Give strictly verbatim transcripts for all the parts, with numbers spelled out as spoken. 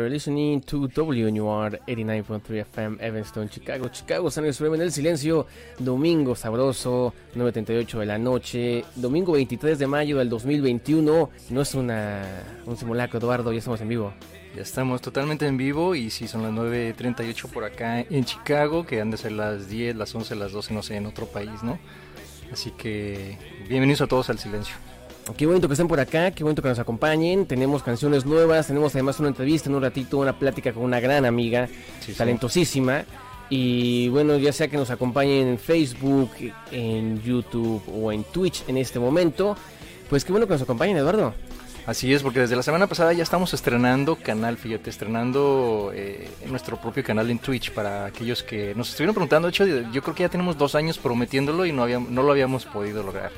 listening to W N U R eighty-nine point three F M, Evanston, Chicago. Chicago, San Luis, en el silencio. Domingo sabroso, nueve treinta y ocho de la noche. Domingo veintitrés de mayo del dos mil veintiuno. No es una un simulacro, Eduardo, ya estamos en vivo. Ya estamos totalmente en vivo y sí, son las nueve treinta y ocho por acá en Chicago, que han de ser las diez, las once, las doce, no sé, en otro país, ¿no? Así que bienvenidos a todos al silencio. Qué bonito que estén por acá, qué bonito que nos acompañen. Tenemos canciones nuevas, tenemos además una entrevista en un ratito, una plática con una gran amiga, sí, talentosísima. Sí. Y bueno, ya sea que nos acompañen en Facebook, en YouTube o en Twitch en este momento, pues qué bueno que nos acompañen, Eduardo. Así es, porque desde la semana pasada ya estamos estrenando canal, fíjate, estrenando eh, nuestro propio canal en Twitch para aquellos que nos estuvieron preguntando. De hecho, yo creo que ya tenemos dos años prometiéndolo y no, habíamos, no lo habíamos podido lograr.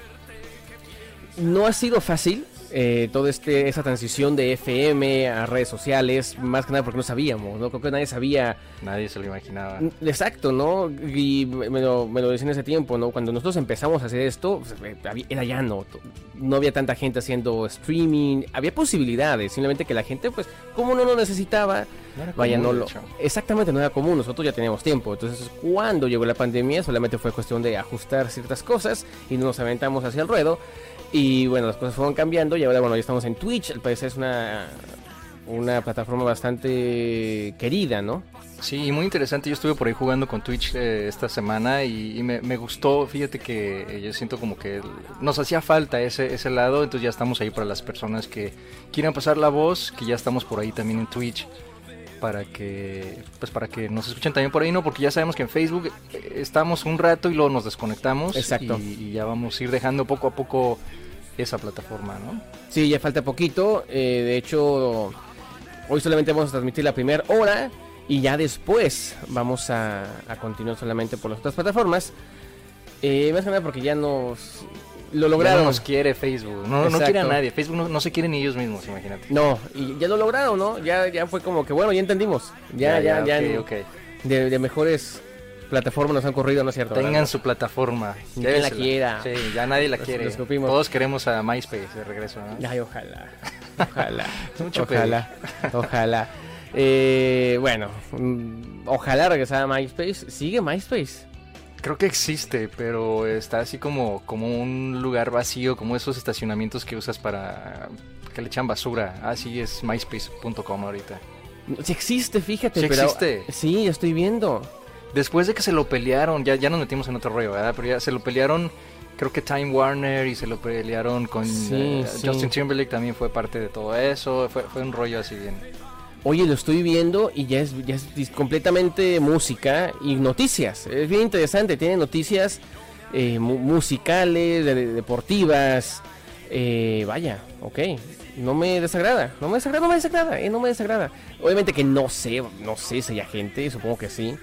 No ha sido fácil eh, toda este, esa transición de F M a redes sociales, más que nada porque no sabíamos, ¿no? Creo que nadie sabía. Nadie se lo imaginaba. Exacto, ¿no? Y me lo, me lo decían en ese tiempo, ¿no? Cuando nosotros empezamos a hacer esto, era llano, no había tanta gente haciendo streaming, había posibilidades, simplemente que la gente, pues, como no lo necesitaba, no vaya, común, no lo... Exactamente, no era común, nosotros ya teníamos tiempo, entonces cuando llegó la pandemia solamente fue cuestión de ajustar ciertas cosas y nos aventamos hacia el ruedo. Y bueno, las cosas fueron cambiando y ahora bueno, ya estamos en Twitch. Al parecer es una, una plataforma bastante querida, ¿no? Sí, muy interesante. Yo estuve por ahí jugando con Twitch eh, esta semana y, y me, me gustó. Fíjate que eh, yo siento como que nos hacía falta ese, ese lado. Entonces ya estamos ahí para las personas que quieran pasar la voz, que ya estamos por ahí también en Twitch. Para que, pues para que nos escuchen también por ahí, ¿no? Porque ya sabemos que en Facebook estamos un rato y luego nos desconectamos. Exacto. Y, y ya vamos a ir dejando poco a poco esa plataforma, ¿no? Sí, ya falta poquito. Eh, de hecho, hoy solamente vamos a transmitir la primera hora y ya después vamos a, a continuar solamente por las otras plataformas. Eh, más que nada porque ya nos... Lo lograron. Ya no nos quiere Facebook, no, no quiere a nadie. Facebook no, no se quiere ni ellos mismos, imagínate. No, y ya lo lograron, ¿no? Ya, ya fue como que, bueno, ya entendimos. Ya, ya, ya. ya okay, okay. De, de mejores plataformas nos han corrido, ¿no es cierto? Tengan ¿no? su plataforma. Ya la quiera. Sí, ya nadie la los, quiere. Los Todos queremos a MySpace de regreso, ¿no? Ay, ojalá. Ojalá. Mucho ojalá. Ojalá. Eh, bueno, ojalá regresara a MySpace. ¿Sigue MySpace? Creo que existe, pero está así como, como un lugar vacío, como esos estacionamientos que usas para que le echan basura. Así es myspace punto com ahorita. Sí existe, fíjate. Sí pero, existe. Sí, estoy viendo. Después de que se lo pelearon, ya, ya nos metimos en otro rollo, ¿verdad? Pero ya se lo pelearon, creo que Time Warner y se lo pelearon con sí, uh, sí. Justin Timberlake también fue parte de todo eso. Fue, fue un rollo así bien. Oye, lo estoy viendo y ya es, ya es completamente música y noticias. Es bien interesante, tiene noticias eh, mu- musicales, de, de, deportivas. Eh, vaya, ok. No me desagrada, no me desagrada, no me desagrada, eh, no me desagrada. Obviamente que no sé, no sé si hay gente, supongo que sí.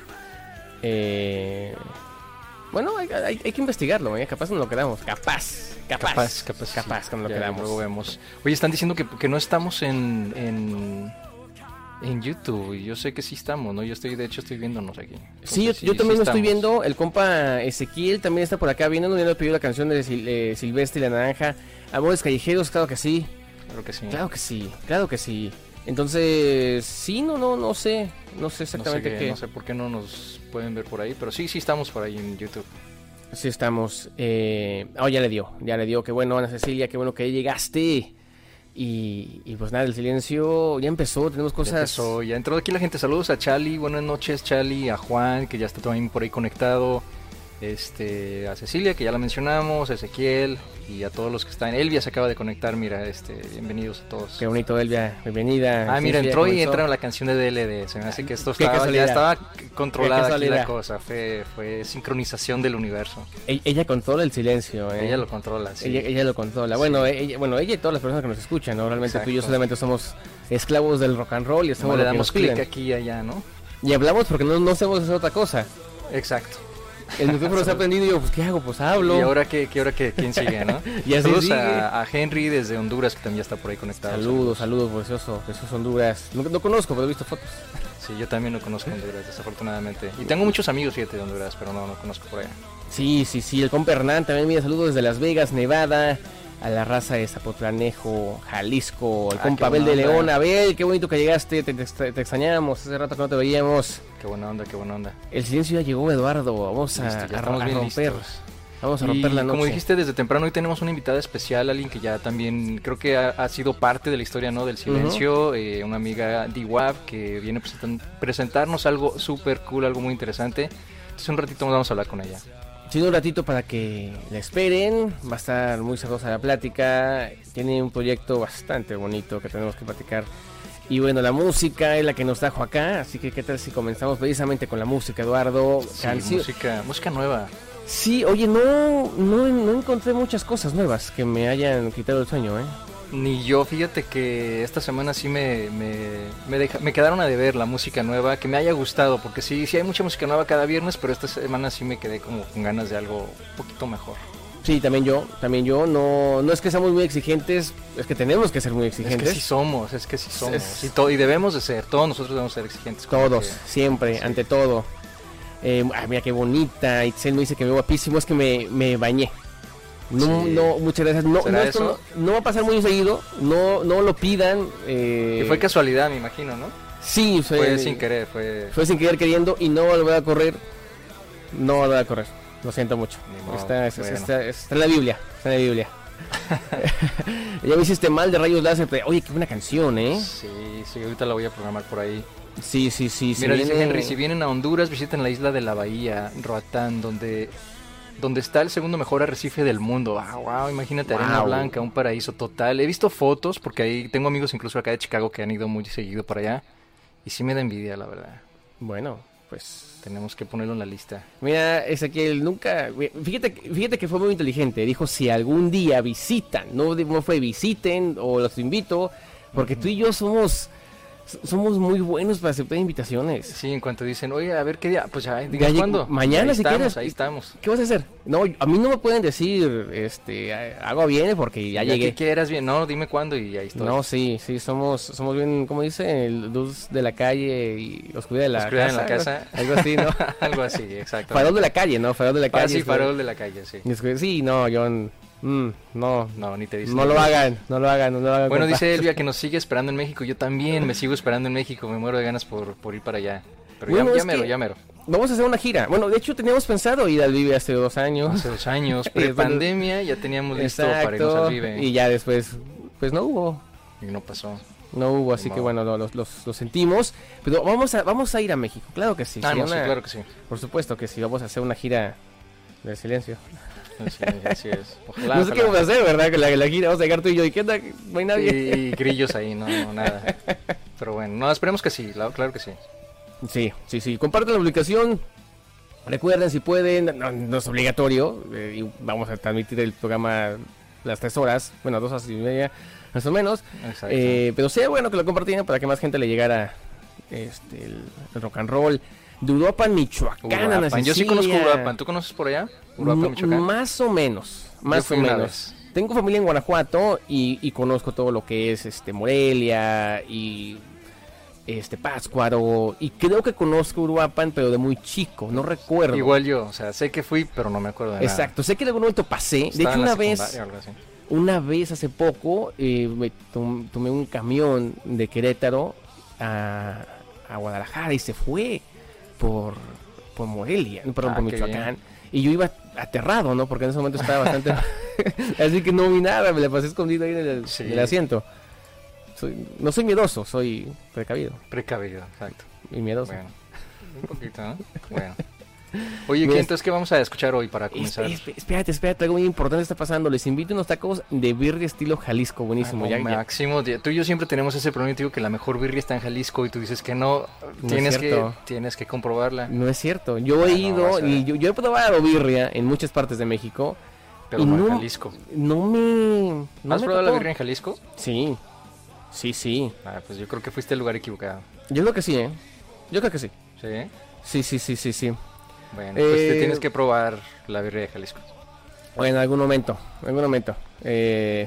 Eh, bueno, hay, hay, hay que investigarlo, ¿eh? Capaz no lo quedamos, capaz. Capaz, capaz, capaz, capaz sí. que no lo ya, quedamos. Luego vemos. Oye, están diciendo que, que no estamos en... en... en YouTube, y yo sé que sí estamos, ¿no? Yo estoy, de hecho, estoy viéndonos aquí. Entonces, sí, yo, sí, yo también sí lo estoy estamos. viendo. El compa Ezequiel también está por acá viendo. Ya le pidió la canción de Sil- eh, Silvestre y la Naranja. Amores Callejeros, claro que sí. Claro que sí. Claro que sí, claro que sí. Entonces, sí, no, no, no sé. No sé exactamente no sé qué, qué. No sé por qué no nos pueden ver por ahí, pero sí, sí estamos por ahí en YouTube. Sí estamos. Eh... Oh, ya le dio, ya le dio. Qué bueno, Ana Cecilia, qué bueno que llegaste. Y, y pues nada, el silencio ya empezó, tenemos cosas... Ya empezó, ya entró aquí la gente, saludos a Chali, buenas noches Chali, a Juan, que ya está también por ahí conectado, este, a Cecilia, que ya la mencionamos, a Ezequiel, y a todos los que están. Elvia se acaba de conectar, mira, este, bienvenidos a todos. Qué bonito, Elvia, bienvenida. Ah, mira, sí, entró y comenzó. entra la canción de D L D, se me hace que esto Qué estaba, ya casualidad. estaba controlada aquí la Qué cosa, fue, fue sincronización del universo. Ella, ella controla el silencio, ¿eh? Ella lo controla, sí. Ella, ella lo controla. Sí. Bueno, ella, bueno, ella y todas las personas que nos escuchan, ¿no? Realmente Exacto. tú y yo solamente somos esclavos del rock and roll y estamos Como lo le que damos nos clic piden. aquí y allá, ¿no? Y hablamos porque no, no sabemos hacer otra cosa. Exacto. El micrófono se ha prendido y yo, pues, ¿qué hago? Pues hablo. Y ahora que, que ahora que quién sigue, ¿no? Y así Saludos sigue. a, a Henry desde Honduras, que también ya está por ahí conectado. Saludos, saludos, precioso, precioso Honduras. No, no conozco, pero he visto fotos. Sí, yo también no conozco Honduras, desafortunadamente. Y tengo muchos amigos, fíjate, de Honduras, pero no, no conozco por allá. Sí, sí, sí, el compa Hernán también, mira, saludos desde Las Vegas, Nevada. a la raza de Zapotlanejo, Jalisco, el Ah, compa qué Abel de buena onda. León. Abel, qué bonito que llegaste, te, te, te extrañamos, hace rato que no te veíamos. Qué buena onda, qué buena onda. El silencio ya llegó, Eduardo, vamos a, Listo, ya a, estamos a bien romper, listos. vamos a Y romper la noche. como dijiste desde temprano, hoy tenemos una invitada especial, alguien que ya también creo que ha, ha sido parte de la historia, ¿no? Del silencio, uh-huh. eh, una amiga D W A P que viene a presentan, presentarnos algo súper cool, algo muy interesante. Entonces un ratito nos vamos a hablar con ella. Sí, un ratito para que la esperen, va a estar muy sabrosa la plática, tiene un proyecto bastante bonito que tenemos que platicar. Y bueno, la música es la que nos trajo acá, así que qué tal si comenzamos precisamente con la música, Eduardo. Sí, Cancio... música, música nueva. Sí, oye, no, no, no encontré muchas cosas nuevas que me hayan quitado el sueño, ¿eh? Ni yo, fíjate que esta semana sí me, me, me, deja, me quedaron a deber la música nueva, que me haya gustado, porque sí, sí hay mucha música nueva cada viernes, pero esta semana sí me quedé como con ganas de algo un poquito mejor. Sí, también yo, también yo, no, no es que seamos muy exigentes, es que tenemos que ser muy exigentes. Es que sí somos, es que sí somos, es... y, to- y debemos de ser, todos nosotros debemos ser exigentes. Todos, que... siempre, sí. Ante todo. Eh, ah, mira qué bonita, Itzel me dice que me veo guapísimo, es que me, me bañé. No, sí. no, muchas gracias. No, no, esto no, no va a pasar muy seguido. No, no lo pidan. Eh... Y fue casualidad, me imagino, ¿no? Sí, fue, fue sin querer, fue. Fue sin querer queriendo y no volver a correr. No volver a correr. Lo siento mucho. Modo, está, está, bueno. está, está en la Biblia. Está en la Biblia. Ya me hiciste mal de Rayos Láser. Oye, qué buena canción, ¿eh? Sí, sí, ahorita la voy a programar por ahí. Sí, sí, sí. Mira, si dice viene... Henry, si vienen a Honduras, visiten la isla de la Bahía, Roatán, donde, donde está el segundo mejor arrecife del mundo. Ah, wow, imagínate, wow. Arena blanca, un paraíso total. He visto fotos, porque ahí tengo amigos incluso acá de Chicago que han ido muy seguido para allá. Y sí me da envidia, la verdad. Bueno, pues... tenemos que ponerlo en la lista. Mira, Ezequiel, nunca... Fíjate, fíjate que fue muy inteligente. Dijo, si algún día visitan, no, no fue visiten o los invito, porque uh-huh. tú y yo somos... Somos muy buenos para aceptar invitaciones. Sí, en cuanto dicen, oye, a ver qué día, pues ya, digan cuándo. Mañana, ahí si estamos, quieres. Ahí estamos. ¿Qué vas a hacer? No, a mí no me pueden decir, este, algo viene porque ya, ya llegué. Que quieras bien, no, dime cuándo y ahí estoy. No, sí, sí, somos, somos bien, ¿cómo dice? Luz de la calle y oscuridad de la oscuridad casa. en la casa. Algo así, ¿no? Algo así, exacto. Farol de la calle, ¿no? Farol de la calle. Ah, sí, farol de la calle, sí. Sí, no, yo... Mm, no, no, ni te dice. No lo hagan, no lo hagan, no lo hagan. Bueno, compa. Dice Elvia que nos sigue esperando en México. Yo también me sigo esperando en México. Me muero de ganas por, por ir para allá. Pero bueno, ya, ya mero, ya mero. Vamos a hacer una gira. Bueno, de hecho teníamos pensado ir al Vive hace dos años. Hace dos años, pre-pandemia, ya teníamos listo Exacto, para irnos al Vive. Y ya después, pues no hubo. Y no pasó. No hubo, así no. que bueno, lo, lo, lo, lo sentimos. Pero vamos a, vamos a ir a México, claro que sí. Ah, no, una, sí, claro que sí. Por supuesto que sí, vamos a hacer una gira del silencio. Sí, así es. Ojalá, no sé ojalá. qué vamos a hacer, ¿verdad? Que la, la gira vamos a llegar tú y yo. ¿Y qué onda? No hay nadie. Y, y grillos ahí, no, no, nada. Pero bueno, no, esperemos que sí, claro que sí. Sí, sí, sí. Compartan la publicación. Recuerden, si pueden, no, no es obligatorio. Eh, y vamos a transmitir el programa las tres horas. Bueno, dos horas y media, más o menos. Exacto. Eh, pero sea bueno que lo compartieran para que más gente le llegara este, el, el rock and roll. De Uruapan, Michoacán, Uruapan. Yo sí conozco Uruapan. ¿Tú conoces por allá? Uruapan, Michoacán. Más o menos, más o menos. Tengo familia en Guanajuato y, y conozco todo lo que es este Morelia y este Pátzcuaro y creo que conozco Uruapan, pero de muy chico, no recuerdo. Igual yo, o sea, sé que fui, pero no me acuerdo de Exacto, nada. sé que de algún momento pasé. Estaba de hecho, una vez, algo así. una vez hace poco eh, me tom, tomé un camión de Querétaro a, a Guadalajara y se fue por, por Morelia, perdón, ah, por Michoacán. Y yo iba aterrado, ¿no? Porque en ese momento estaba bastante... Así que no vi nada, me la pasé escondido ahí en el, sí. en el asiento. Soy, no soy miedoso, soy precavido. Precavido, exacto. Y miedoso. Bueno, un poquito, ¿no? Bueno. Oye, ¿qué, entonces qué vamos a escuchar hoy para comenzar? Esp espérate, espérate, algo muy importante está pasando. Les invito a unos tacos de birria estilo Jalisco, buenísimo. Ah, ya, máximo, ya. Tú y yo siempre tenemos ese problema, te digo que la mejor birria está en Jalisco y tú dices que no, no tienes, que, tienes que comprobarla. No es cierto, yo he ah, ido, no, y yo, yo he probado birria en muchas partes de México. Pero y no, no en Jalisco. No me... No ¿Has me probado tocó. la birria en Jalisco? Sí, sí, sí. Ah, pues yo creo que fuiste al lugar equivocado. Yo creo que sí, ¿eh? Yo creo que sí. ¿Sí? Sí, sí, sí, sí, sí. Bueno, pues eh, te tienes que probar la birria de Jalisco. Bueno, en algún momento, en algún momento. Eh,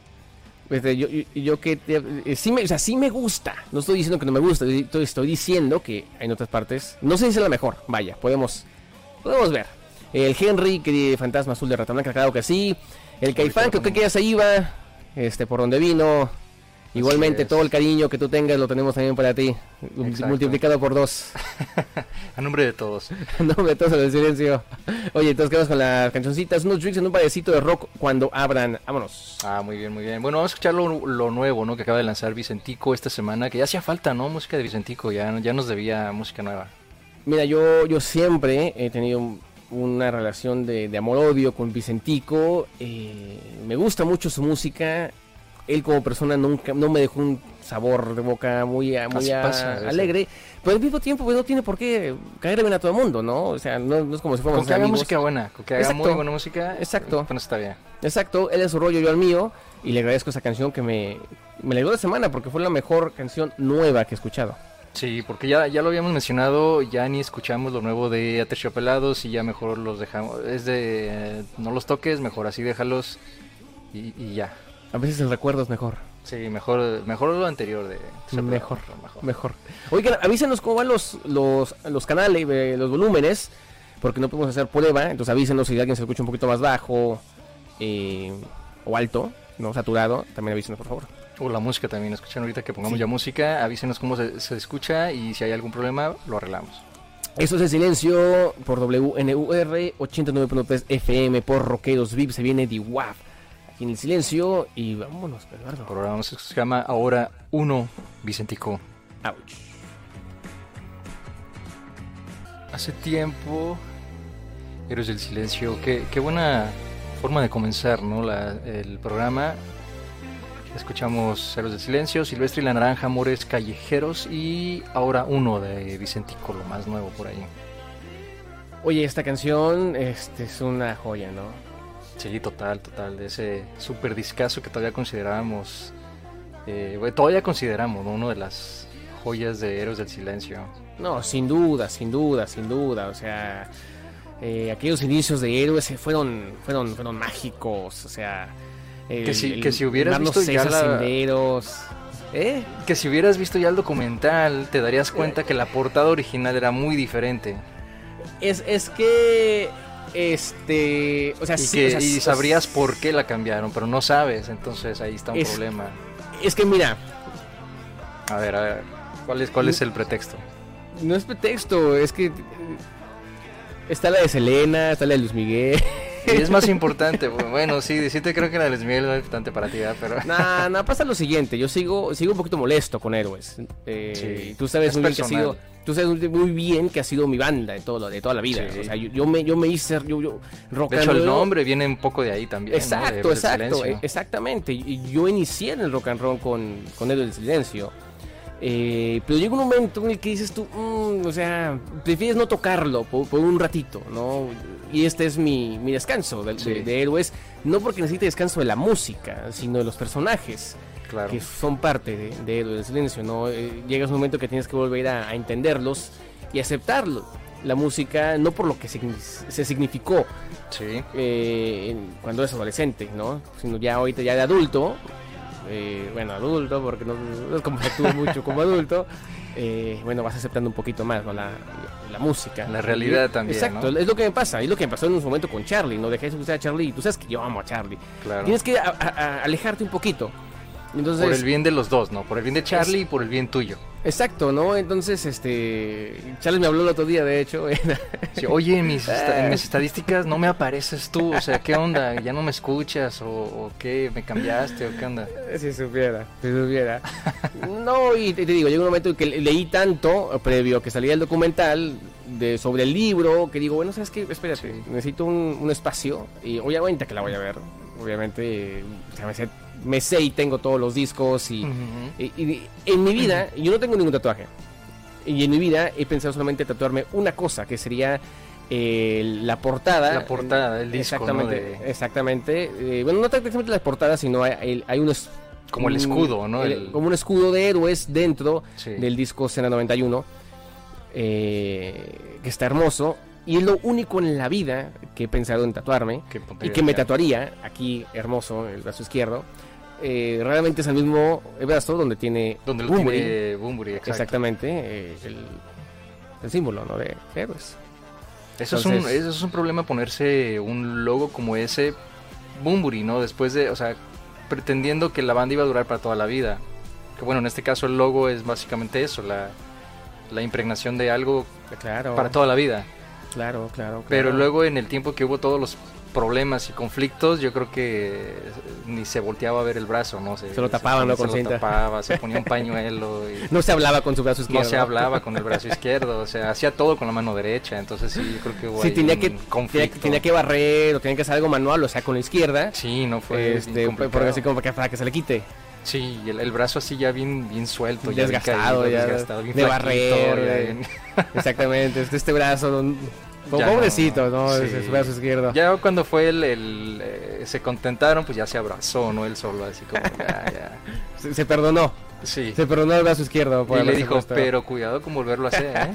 pues, yo, yo, yo que te, eh, sí me, o sea, sí me gusta. No estoy diciendo que no me gusta, estoy, estoy diciendo que en otras partes, no sé si es la mejor. Vaya, podemos, podemos ver. El Henry, que fantasma azul de Rata Blanca, claro que sí. El Caifán, creo que ya se iba, este, por donde vino. Igualmente, todo el cariño que tú tengas lo tenemos también para ti, Exacto. multiplicado por dos. A nombre de todos. A nombre de todos en el silencio. Oye, entonces quedamos con las cancioncitas, unos drinks en un parecito de rock cuando abran. Vámonos. Ah, muy bien, muy bien. Bueno, vamos a escuchar lo, lo nuevo, ¿no? Que acaba de lanzar Vicentico esta semana, que ya hacía falta, ¿no? Música de Vicentico, ya, ya nos debía música nueva. Mira, yo, yo siempre he tenido una relación de, de amor-odio con Vicentico. Eh, me gusta mucho su música. Él como persona nunca no me dejó un sabor de boca muy, muy a, pasa, alegre, pero al mismo tiempo pues no tiene por qué caerle bien a todo el mundo, ¿no? O sea, no, no es como si fuéramos con que haga amigos. música buena, con que haga Exacto. muy buena música, Exacto. Pues está bien. Exacto, él es su rollo, yo al mío, y le agradezco esa canción que me, me alegró de semana porque fue la mejor canción nueva que he escuchado. Sí, porque ya, ya lo habíamos mencionado, ya ni escuchamos lo nuevo de Aterciopelados y ya mejor los dejamos, es de eh, no los toques, mejor así déjalos y, y ya. A veces el recuerdo es mejor. Sí, mejor mejor lo anterior de mejor, mejor, mejor. Oigan, avísenos cómo van los los, los canales, eh, los volúmenes, porque no podemos hacer prueba, entonces avísenos si alguien se escucha un poquito más bajo eh, o alto, no saturado, también avísenos por favor. O la música también, escuchan ahorita que pongamos sí. ya música, avísenos cómo se, se escucha y si hay algún problema lo arreglamos. Eso es El Silencio por W N U R ochenta y nueve punto tres F M por Rockeros V I P, se viene D W A P. En el silencio y vámonos, Eduardo. Por ahora vamos, se llama Ahora Uno, Vicentico. Ouch. Hace tiempo, Héroes del Silencio, qué, qué buena forma de comenzar, ¿no? La, el programa. Escuchamos Héroes del Silencio, Silvestre y la Naranja, Amores Callejeros y Ahora Uno de Vicentico, lo más nuevo por ahí. Oye, esta canción este, es una joya, ¿no? Sí, total, total, de ese super discazo que todavía considerábamos, eh, bueno, todavía consideramos, ¿no? Uno de las joyas de Héroes del Silencio. No, sin duda, sin duda, sin duda, o sea, eh, aquellos inicios de Héroes fueron, fueron, fueron mágicos, o sea, el, que si, el, que si hubieras el visto ya la... senderos, ¿eh? Que si hubieras visto ya el documental, te darías cuenta que la portada original era muy diferente. Es, es que... Este, o sea, y, sí, que, o sea, y sabrías por qué la cambiaron, pero no sabes, entonces ahí está un es, problema. Es que mira, a ver, a ver, ¿cuál es, cuál es el pretexto? No es pretexto, es que está la de Selena, está la de Luis Miguel. Y es más importante, bueno, sí, sí te creo que la de Luis Miguel es más importante para ti, ¿eh? Pero... No, no, pasa lo siguiente, yo sigo sigo un poquito molesto con Héroes. Eh, sí, tú sabes muy bien que ha sido, tú sabes muy bien que ha sido mi banda de todo de toda la vida. Sí. O sea, yo, yo me yo me hice yo, yo rock de hecho el nombre viene un poco de ahí también. Exacto, ¿no? exacto, exactamente. Y yo inicié en el rock and roll con con Héroes del Silencio. Eh, pero llega un momento en el que dices tú, mmm, o sea, prefieres no tocarlo por, por un ratito, ¿no? Y este es mi, mi descanso de, sí. de, de Héroes, no porque necesite descanso de la música, sino de los personajes, claro, que son parte de, de Héroes del Silencio, ¿no? Eh, llega un momento que tienes que volver a, a entenderlos y aceptarlo. La música, no por lo que se, se significó sí. eh, cuando eres adolescente, ¿no? Sino ya ahorita ya de adulto. Eh, bueno, adulto, porque no, no es como que actúo mucho como adulto, eh, bueno, vas aceptando un poquito más, ¿no? la, la, la música. La realidad y, también, exacto, ¿no? Es lo que me pasa, es lo que me pasó en un momento con Charlie, no dejé de escuchar a Charlie, y tú sabes que yo amo a Charlie. Claro. Tienes que a, a, a alejarte un poquito. Entonces, por el bien de los dos, ¿no? Por el bien de Charlie es, y por el bien tuyo. Exacto, ¿no? Entonces, este... Charlie me habló el otro día, de hecho. Sí, oye, en mis, en mis estadísticas no me apareces tú, o sea, ¿qué onda? ¿Ya no me escuchas? ¿O, o qué? ¿Me cambiaste? ¿O qué onda? Si supiera, si supiera. No, y te, te digo, llegó un momento en que leí tanto, previo a que salía el documental, de sobre el libro, que digo, bueno, ¿sabes qué? Espérate, sí. necesito un, un espacio, y obviamente que la voy a ver, obviamente, o sea, me sé, me sé y tengo todos los discos, y, uh-huh. y, y en mi vida, uh-huh. yo no tengo ningún tatuaje, y en mi vida he pensado solamente tatuarme una cosa, que sería eh, la portada. La portada, el disco, exactamente, ¿no? De... Exactamente, eh, bueno, no exactamente la portada, sino hay, hay un... Como el escudo, ¿no? El, el... Como un escudo de Héroes dentro sí. del disco Cena noventa y uno, eh, que está hermoso, y es lo único en la vida que he pensado en tatuarme, y que me tatuaría aquí, hermoso, en el brazo izquierdo. Eh, realmente es el mismo brazo donde tiene donde lo Bunbury, tiene Bunbury, exacto. Exactamente, eh, el, el símbolo, ¿no? de Héroes. Eso, Entonces, es un, eso es un problema ponerse un logo como ese Bunbury, ¿no? Después de, o sea, pretendiendo que la banda iba a durar para toda la vida. Que bueno, en este caso el logo es básicamente eso, la, la impregnación de algo claro, para toda la vida. Claro, claro, claro. Pero luego en el tiempo que hubo todos los problemas y conflictos, yo creo que ni se volteaba a ver el brazo, ¿no? Se, se lo tapaban, ¿no? Se, Con se cinta. lo tapaba, se ponía un pañuelo. Y no se hablaba con su brazo izquierdo. No se hablaba con el brazo izquierdo, o sea, hacía todo con la mano derecha, entonces sí, yo creo que hubo sí, ahí tenía un que, conflicto. Tenía, tenía que barrer o tenía que hacer algo manual, o sea, con la izquierda. Sí, no fue este, porque así como para que, para que se le quite. Sí, el, el brazo así ya bien, bien suelto, desgastado, ya, bien caído, ya, desgastado, bien de flaquito, barrer. ya bien... Exactamente, este, este brazo... Como pobrecito, ¿no? Sí. Ese, su brazo izquierdo. Ya cuando fue el, el eh, se contentaron, pues ya se abrazó, ¿no? Él solo, así como ya, ya. Se, se perdonó. Sí. Se perdonó el brazo izquierdo. Por y le dijo, puesto. Pero cuidado con volverlo a hacer, ¿eh?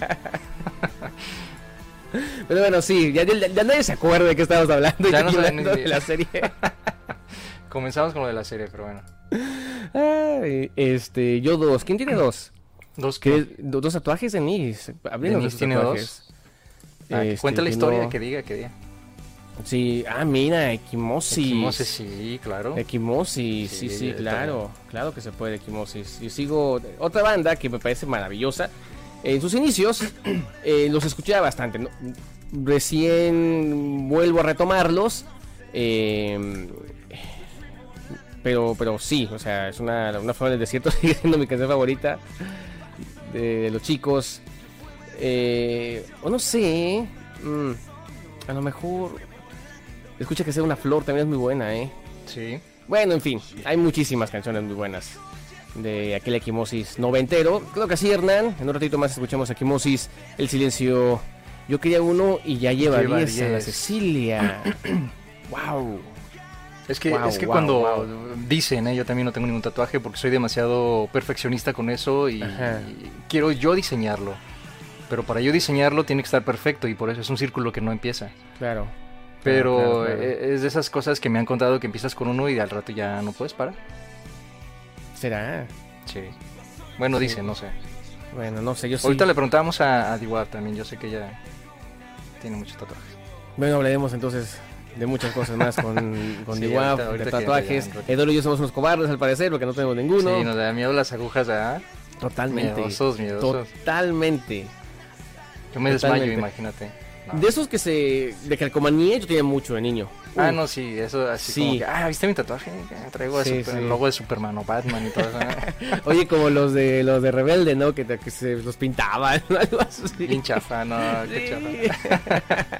Pero bueno, sí, ya, ya, ya nadie se acuerda de qué estábamos hablando. Ya y no hablando ni... de la serie. Comenzamos con lo de la serie, pero bueno. Ay, este, yo dos. ¿Quién tiene dos? ¿Dos qué? Dos tatuajes de Nis. ¿Nis tiene dos? Ah, este, cuenta la historia, no... que diga, que diga. Sí, ah, mira, equimosis. Equimosis, sí, claro. Equimosis, sí, sí, sí claro. Claro que se puede, equimosis. Yo sigo otra banda que me parece maravillosa. En sus inicios eh, los escuchaba bastante, ¿no? Recién vuelvo a retomarlos. Eh, pero, pero sí, o sea, es una, una flor del desierto, sigue siendo mi canción favorita de, de los chicos. Eh, o no sé, mm, a lo mejor escucha que sea una flor también es muy buena, ¿eh? Sí. Bueno, en fin, hay muchísimas canciones muy buenas de aquel Equimosis noventero. Creo que sí, Hernán. En un ratito más escuchamos Equimosis, El Silencio. Yo quería uno y ya lleva diez a la Cecilia. Wow. Es que, wow, es que wow, cuando wow. dicen, ¿eh? Yo también no tengo ningún tatuaje porque soy demasiado perfeccionista con eso y, y quiero yo diseñarlo. Pero para yo diseñarlo tiene que estar perfecto y por eso es un círculo que no empieza. Claro. Pero claro, claro, claro. es de esas cosas que me han contado que empiezas con uno y al rato ya no puedes parar. ¿Será? Sí. Bueno, sí. dicen, no sé. Bueno, no sé, yo sí. Ahorita le preguntábamos a, a Diwar también, yo sé que ella tiene muchos tatuajes. Bueno, hablaremos entonces de muchas cosas más con, con sí, Diwar, de tatuajes. Eduardo y yo somos unos cobardes al parecer, porque no tenemos ninguno. Sí, nos da miedo las agujas, ¿ah? Totalmente. Miedosos, miedosos. Totalmente. Yo me Totalmente. desmayo, imagínate. No. De esos que se... de calcomanía yo tenía mucho de niño. Ah, no, sí, eso así sí. como que... Ah, ¿viste mi tatuaje? Traigo sí, super, sí. el logo de Superman o Batman y todo eso. Oye, como los de los de Rebelde, ¿no? Que, que se los pintaban, algo así. Bien chafa, no, qué sí. chafa.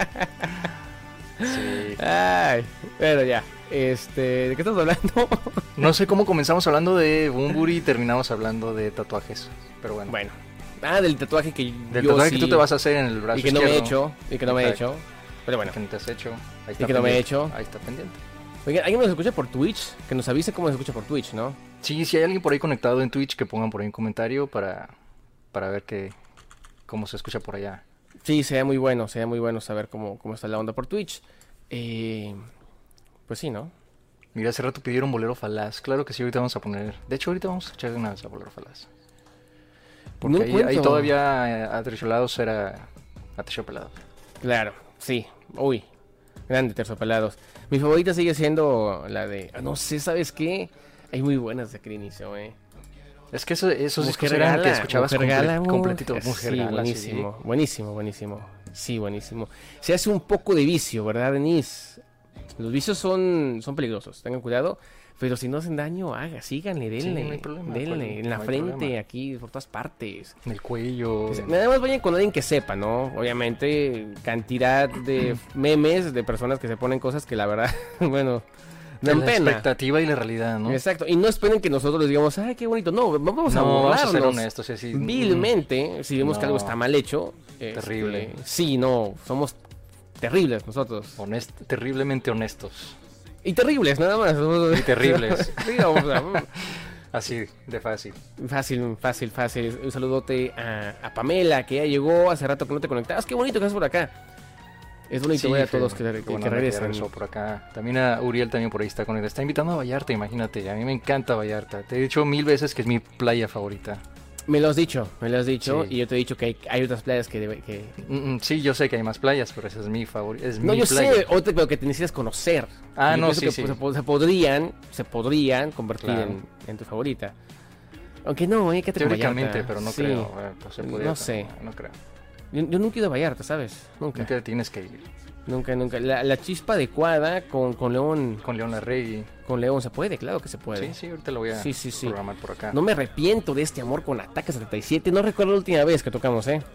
Sí. Ay, pero ya. Este, ¿de qué estamos hablando? No sé cómo comenzamos hablando de Bunbury y terminamos hablando de tatuajes, pero bueno. Bueno. Ah, del tatuaje que del yo tatuaje sí, que tú te vas a hacer en el brazo y que izquierdo. no me he hecho, y que no me he hecho. Pero bueno. Que no te has hecho. Ahí está y que no me he hecho. Ahí está pendiente. Oigan, ¿alguien nos escucha por Twitch? Que nos avise cómo se escucha por Twitch, ¿no? Sí, si hay alguien por ahí conectado en Twitch, que pongan por ahí un comentario para, para ver que, cómo se escucha por allá. Sí, sería muy bueno, sería muy bueno saber cómo, cómo está la onda por Twitch. Eh, pues sí, ¿no? Mira, hace rato pidieron Bolero Falaz. Claro que sí, ahorita vamos a poner... De hecho, ahorita vamos a echarle una vez a Bolero Falaz. Porque no ahí, ahí todavía Aterciopelados era Aterciopelados. Claro, sí. Uy, grande Terciopelados. Mi favorita sigue siendo la de... No sé, ¿sabes qué? Hay muy buenas de aquel inicio, ¿eh? Es que eso, esos discos eran que escuchabas Mujer Gala, comple completito. Mujer sí, Gala, buenísimo, sí. buenísimo, buenísimo. Sí, buenísimo. Se hace un poco de vicio, ¿verdad, Denise? Los vicios son, son peligrosos, tengan cuidado. Pero si no hacen daño, haga, síganle, denle, sí, no hay problema, denle, en la no frente, problema. Aquí, por todas partes. En el cuello. Pues, nada más vayan con alguien que sepa, ¿no? Obviamente, cantidad de memes de personas que se ponen cosas que la verdad, bueno, dan la pena. La expectativa y la realidad, ¿no? Exacto, y no esperen que nosotros les digamos, ay, qué bonito. No, vamos no, a burlarnos. Vamos a ser honestos, sí, sí. Vilmente, si vemos no. que algo está mal hecho. Terrible. Este, sí, no, somos terribles nosotros. Honest terriblemente honestos. Y terribles, nada más. Y terribles. Sí, o sea, así, de fácil. Fácil, fácil, fácil. Un saludote a, a Pamela, que ya llegó hace rato que no te conectabas. Qué bonito que estás por acá. Es bonito sí, ver a todos que, que, que, que regresan. Que por acá. También a Uriel también por ahí está conectado. Está invitando a Vallarta, imagínate. A mí me encanta Vallarta. Te he dicho mil veces que es mi playa favorita. Me lo has dicho, me lo has dicho, Sí. y yo te he dicho que hay, hay otras playas que... Debe, que... Mm, mm, sí, yo sé que hay más playas, pero esa es mi favorita. Es No, mi yo playa. sé, otra, pero que te necesitas conocer. Ah, Yo no, pienso sí, que, sí. pues, se, po- se podrían, se podrían convertir Claro. en, en tu favorita. Aunque no, hay que Teóricamente, pero no sí. creo. eh, pues se podría, No sé. No, no creo. Yo, yo nunca he ido a Vallarta, ¿sabes? Nunca. Nunca tienes que ir. Nunca, nunca. La, la chispa adecuada con, con León. Con León Larregui. Con León se puede, claro que se puede. Sí, sí, ahorita lo voy a Sí, sí, sí. programar por acá. No me arrepiento de este amor con Ataque setenta y siete. No recuerdo la última vez que tocamos, ¿eh?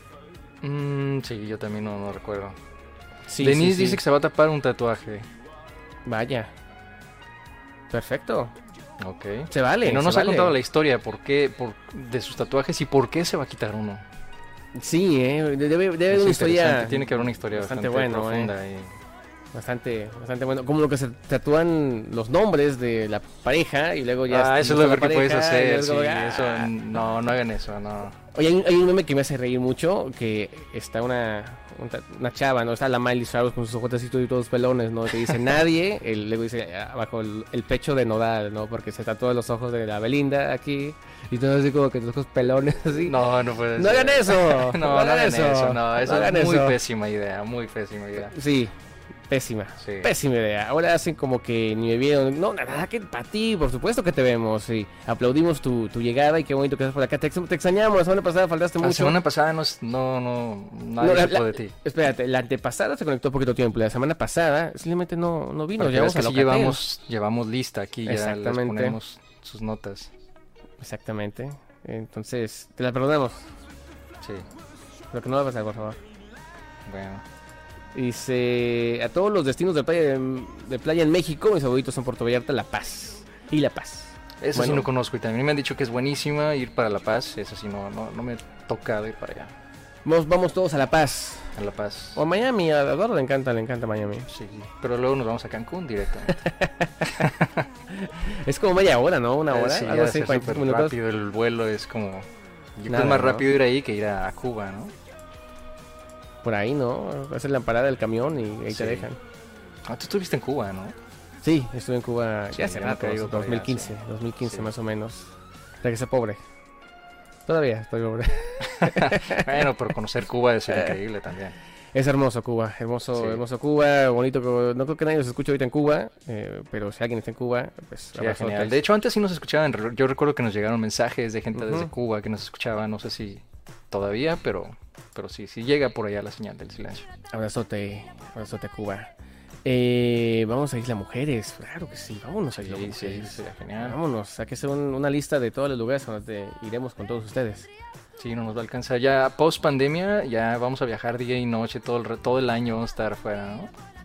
Mm, sí, yo también no, no recuerdo. Sí, Denise sí, sí. dice que se va a tapar un tatuaje. Vaya. Perfecto. Ok. Se vale. Y no se nos ha vale. contado la historia por qué, por, de sus tatuajes y por qué se va a quitar uno. Sí, ¿eh? Debe, debe haber Es una interesante, historia Tiene que haber una historia bastante bastante, bueno, profunda. y- bastante, bastante bueno. Como lo que se tatúan los nombres de la pareja y luego ya... Ah, eso es lo está peor la que puedes pareja, y hacer. luego, Sí, ah. eso, no, no hagan eso, no. Oye, hay, un- hay un meme que me hace reír mucho, que está una, una, una chava, ¿no? Está la Miley Cyrus con sus ojos así y todos pelones, ¿no? Que dice nadie, el, luego dice abajo el, el pecho de Nodal, ¿no? Porque se tatuó los ojos de la Belinda aquí y todo así como que los ojos pelones así. No, no puede ¡No ser. hagan eso! No, no hagan eso. No, eso hagan es muy eso. pésima idea, muy pésima idea. Sí, pésima. Sí. Pésima idea. Ahora hacen como que ni me vieron. No, nada, que para ti, por supuesto que te vemos. Y aplaudimos tu, tu llegada y qué bonito que estás por acá. Te, ex- te extrañamos. La semana pasada faltaste La mucho. semana pasada no, no, no nadie No, la- supo la- de ti. Espérate, la antepasada se conectó poquito tiempo. La semana pasada simplemente no, no vino. Porque Llevamos ves que a sí Locatel. llevamos, llevamos lista aquí, ya les Exactamente. ponemos sus notas. Exactamente. Entonces, te la perdonamos. Sí, Pero que no la vas a pasar, por favor. bueno. Dice: a todos los destinos de playa, de playa en México, mis favoritos son Puerto Vallarta, La Paz. Y La Paz. Eso Bueno. sí no conozco y también me han dicho que es buenísima ir para La Paz. Eso sí no, no, no me ha tocado ir para allá. Vamos, vamos todos a La Paz. A La Paz. O a Miami, a Eduardo le encanta, le encanta Miami. Sí, pero luego nos vamos a Cancún directamente. Es como media hora, ¿no? Una Eh, hora, sí, algo ya así, ser cuarenta súper minutos. rápido el vuelo es como... Yo creo que Nada, es más ¿no? rápido ir ahí que ir a, a Cuba, ¿no? Por ahí, ¿no? Hacer la parada del camión y ahí Sí. te dejan. Ah, tú estuviste en Cuba, ¿no? Sí, estuve en Cuba Sí, ya hace yo nunca rato, he ido para dos mil quince, allá, sí. dos mil quince Sí. más o menos. Regresé pobre. Todavía estoy pobre. Bueno, pero conocer Cuba debe ser increíble también. Es hermoso Cuba, hermoso, Sí. hermoso Cuba, bonito. que- No creo que nadie nos escuche ahorita en Cuba, eh, pero si alguien está en Cuba, pues Sí, abrazotes. genial. De hecho, antes sí nos escuchaban. re- Yo recuerdo que nos llegaron mensajes de gente desde Ujú. Cuba que nos escuchaba. No sé si todavía, pero, pero sí, sí llega por allá la señal del silencio. Abrazote, abrazote a Cuba. Eh, vamos a Isla Mujeres, claro que sí, vámonos a Isla Sí, sí, Mujeres. sería genial. Vámonos, hay que hacer un- una lista de todos los lugares a donde iremos con todos ustedes. Sí, no nos va a alcanzar. Ya post pandemia, ya vamos a viajar día y noche, todo el, re- todo el año vamos a estar afuera, ¿no?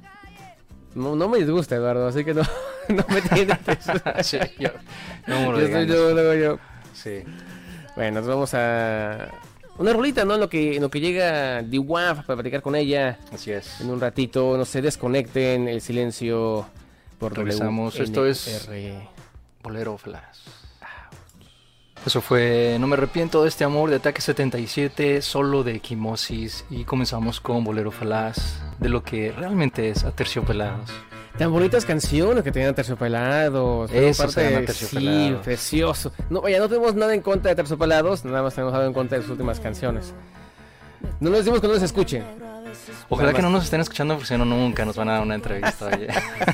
No, no me disgusta, Eduardo, así que no, no me tienes. Sí, yo. No me Yo soy yo, luego yo. Sí. Bueno, nos vamos a una rolita, ¿no? En lo que, en lo que llega D W A F para platicar con ella Así es. en un ratito. No se desconecten, el silencio por Regresamos. W N R. Esto es Bolero Flash. Eso fue No me arrepiento de este amor de Ataque setenta y siete, solo de Equimosis. Y comenzamos con Bolero Flash, de lo que realmente es Aterciopelados. Tan bonitas canciones que tenían Terciopelados. Fueron Eso se llama Aterciopelados. Sí, precioso. No, vaya, no tenemos nada en contra de Terciopelados, nada más tenemos algo en contra de sus últimas canciones. No nos decimos que no nos escuchen. Ojalá Nada que no más. nos estén escuchando, porque si no, nunca nos van a dar una entrevista. Oye.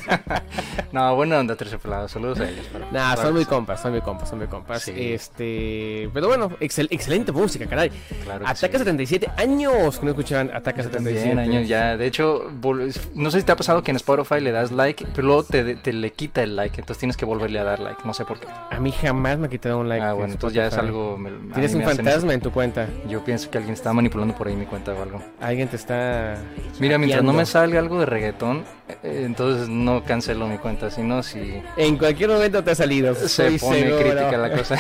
No, buena onda, Aterciopelados. Saludos a ellos. pero- Nah, claro son que muy sí. compas, son muy compas, son muy compas. Sí. Este, pero bueno, excel- excelente música, caray. Claro que Ataque sí. setenta y siete, años que no escuchaban Ataque setenta y siete. También años ya. De hecho, vol- no sé si te ha pasado que en Spotify le das like, pero luego te, te le quita el like. Entonces tienes que volverle a dar like. No sé por qué. A mí jamás me ha quitado un like. Ah, en bueno, entonces ya es Spotify. algo. me- a Tienes mí un me hacen fantasma en tu cuenta. eso. Yo pienso que alguien está manipulando por ahí mi cuenta o algo. Alguien te está. Mira, mientras no hackeando. me salga algo de reggaetón, eh, entonces no cancelo mi cuenta. Si no, si En cualquier momento te ha salido. se estoy pone seguro. crítica la cosa.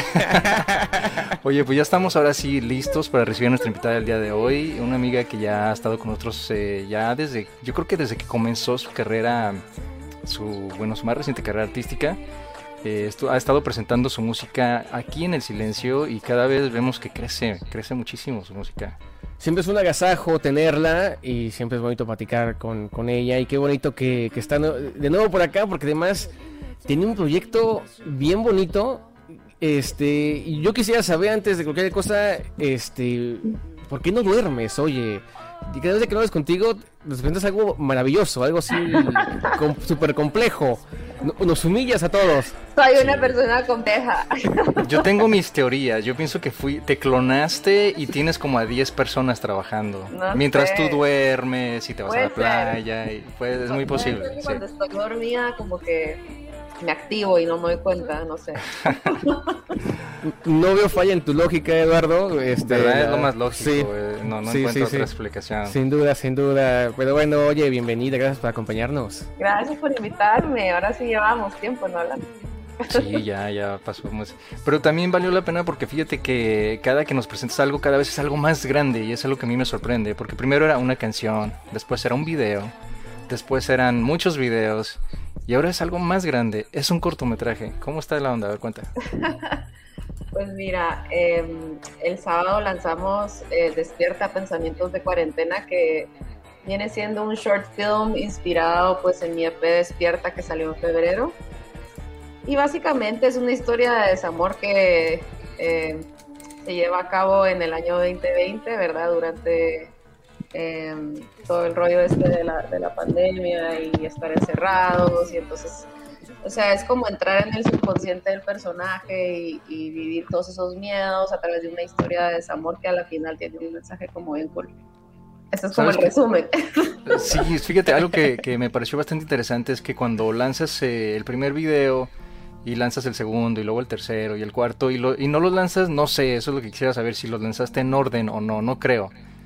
Oye, pues ya estamos ahora sí listos para recibir a nuestra invitada del día de hoy. Una amiga que ya ha estado con nosotros eh, ya desde, yo creo que desde que comenzó su carrera, su, bueno, su más reciente carrera artística. Eh, esto, ha estado presentando su música aquí en El Silencio y cada vez vemos que crece, crece muchísimo su música. Siempre es un agasajo tenerla y siempre es bonito platicar con, con ella. Y qué bonito que, que está no- de nuevo por acá, porque además tiene un proyecto bien bonito. Este, y yo quisiera saber antes de cualquier cosa, este, ¿por qué no duermes? Oye, y cada vez que hablas contigo, de repente es algo maravilloso, algo así com, súper complejo. Nos humillas a todos. Soy una sí. persona compleja. Yo tengo mis teorías. Yo pienso que fui, te clonaste y tienes como a diez personas trabajando. No mientras sé. tú duermes y te vas Puede a la playa. Y, pues, es muy posible. Sí. Cuando estoy dormida, como que me activo y no me doy cuenta, no sé. No veo falla en tu lógica, Eduardo. Este, ¿verdad? Es lo más lógico. Sí. Eh, no no sí, encuentro sí, otra sí. explicación. Sin duda, sin duda. Pero bueno, oye, bienvenida, gracias por acompañarnos. Gracias por invitarme. Ahora sí llevamos tiempo, ¿no? Hablando. Sí, ya, ya pasamos. Pero también valió la pena porque fíjate que cada que nos presentas algo, cada vez es algo más grande y es algo que a mí me sorprende. Porque primero era una canción, después era un video, después eran muchos videos y ahora es algo más grande. Es un cortometraje. ¿Cómo está la onda? A ver, cuenta. Pues mira, eh, el sábado lanzamos eh, Despierta, Pensamientos de Cuarentena, que viene siendo un short film inspirado pues en mi E P Despierta, que salió en febrero. Y básicamente es una historia de desamor que eh, se lleva a cabo en el año veinte veinte, ¿verdad? Durante eh, todo el rollo este de la, de la pandemia y estar encerrados. Y entonces, o sea, es como entrar en el subconsciente del personaje y, y vivir todos esos miedos a través de una historia de desamor que a la final tiene un mensaje como bien cool. Eso es como el resumen. Sí, fíjate, algo que, que me pareció bastante interesante es que cuando lanzas eh, el primer video y lanzas el segundo y luego el tercero y el cuarto y, lo, y no los lanzas, no sé, eso es lo que quisiera saber, si los lanzaste en orden o no, no creo.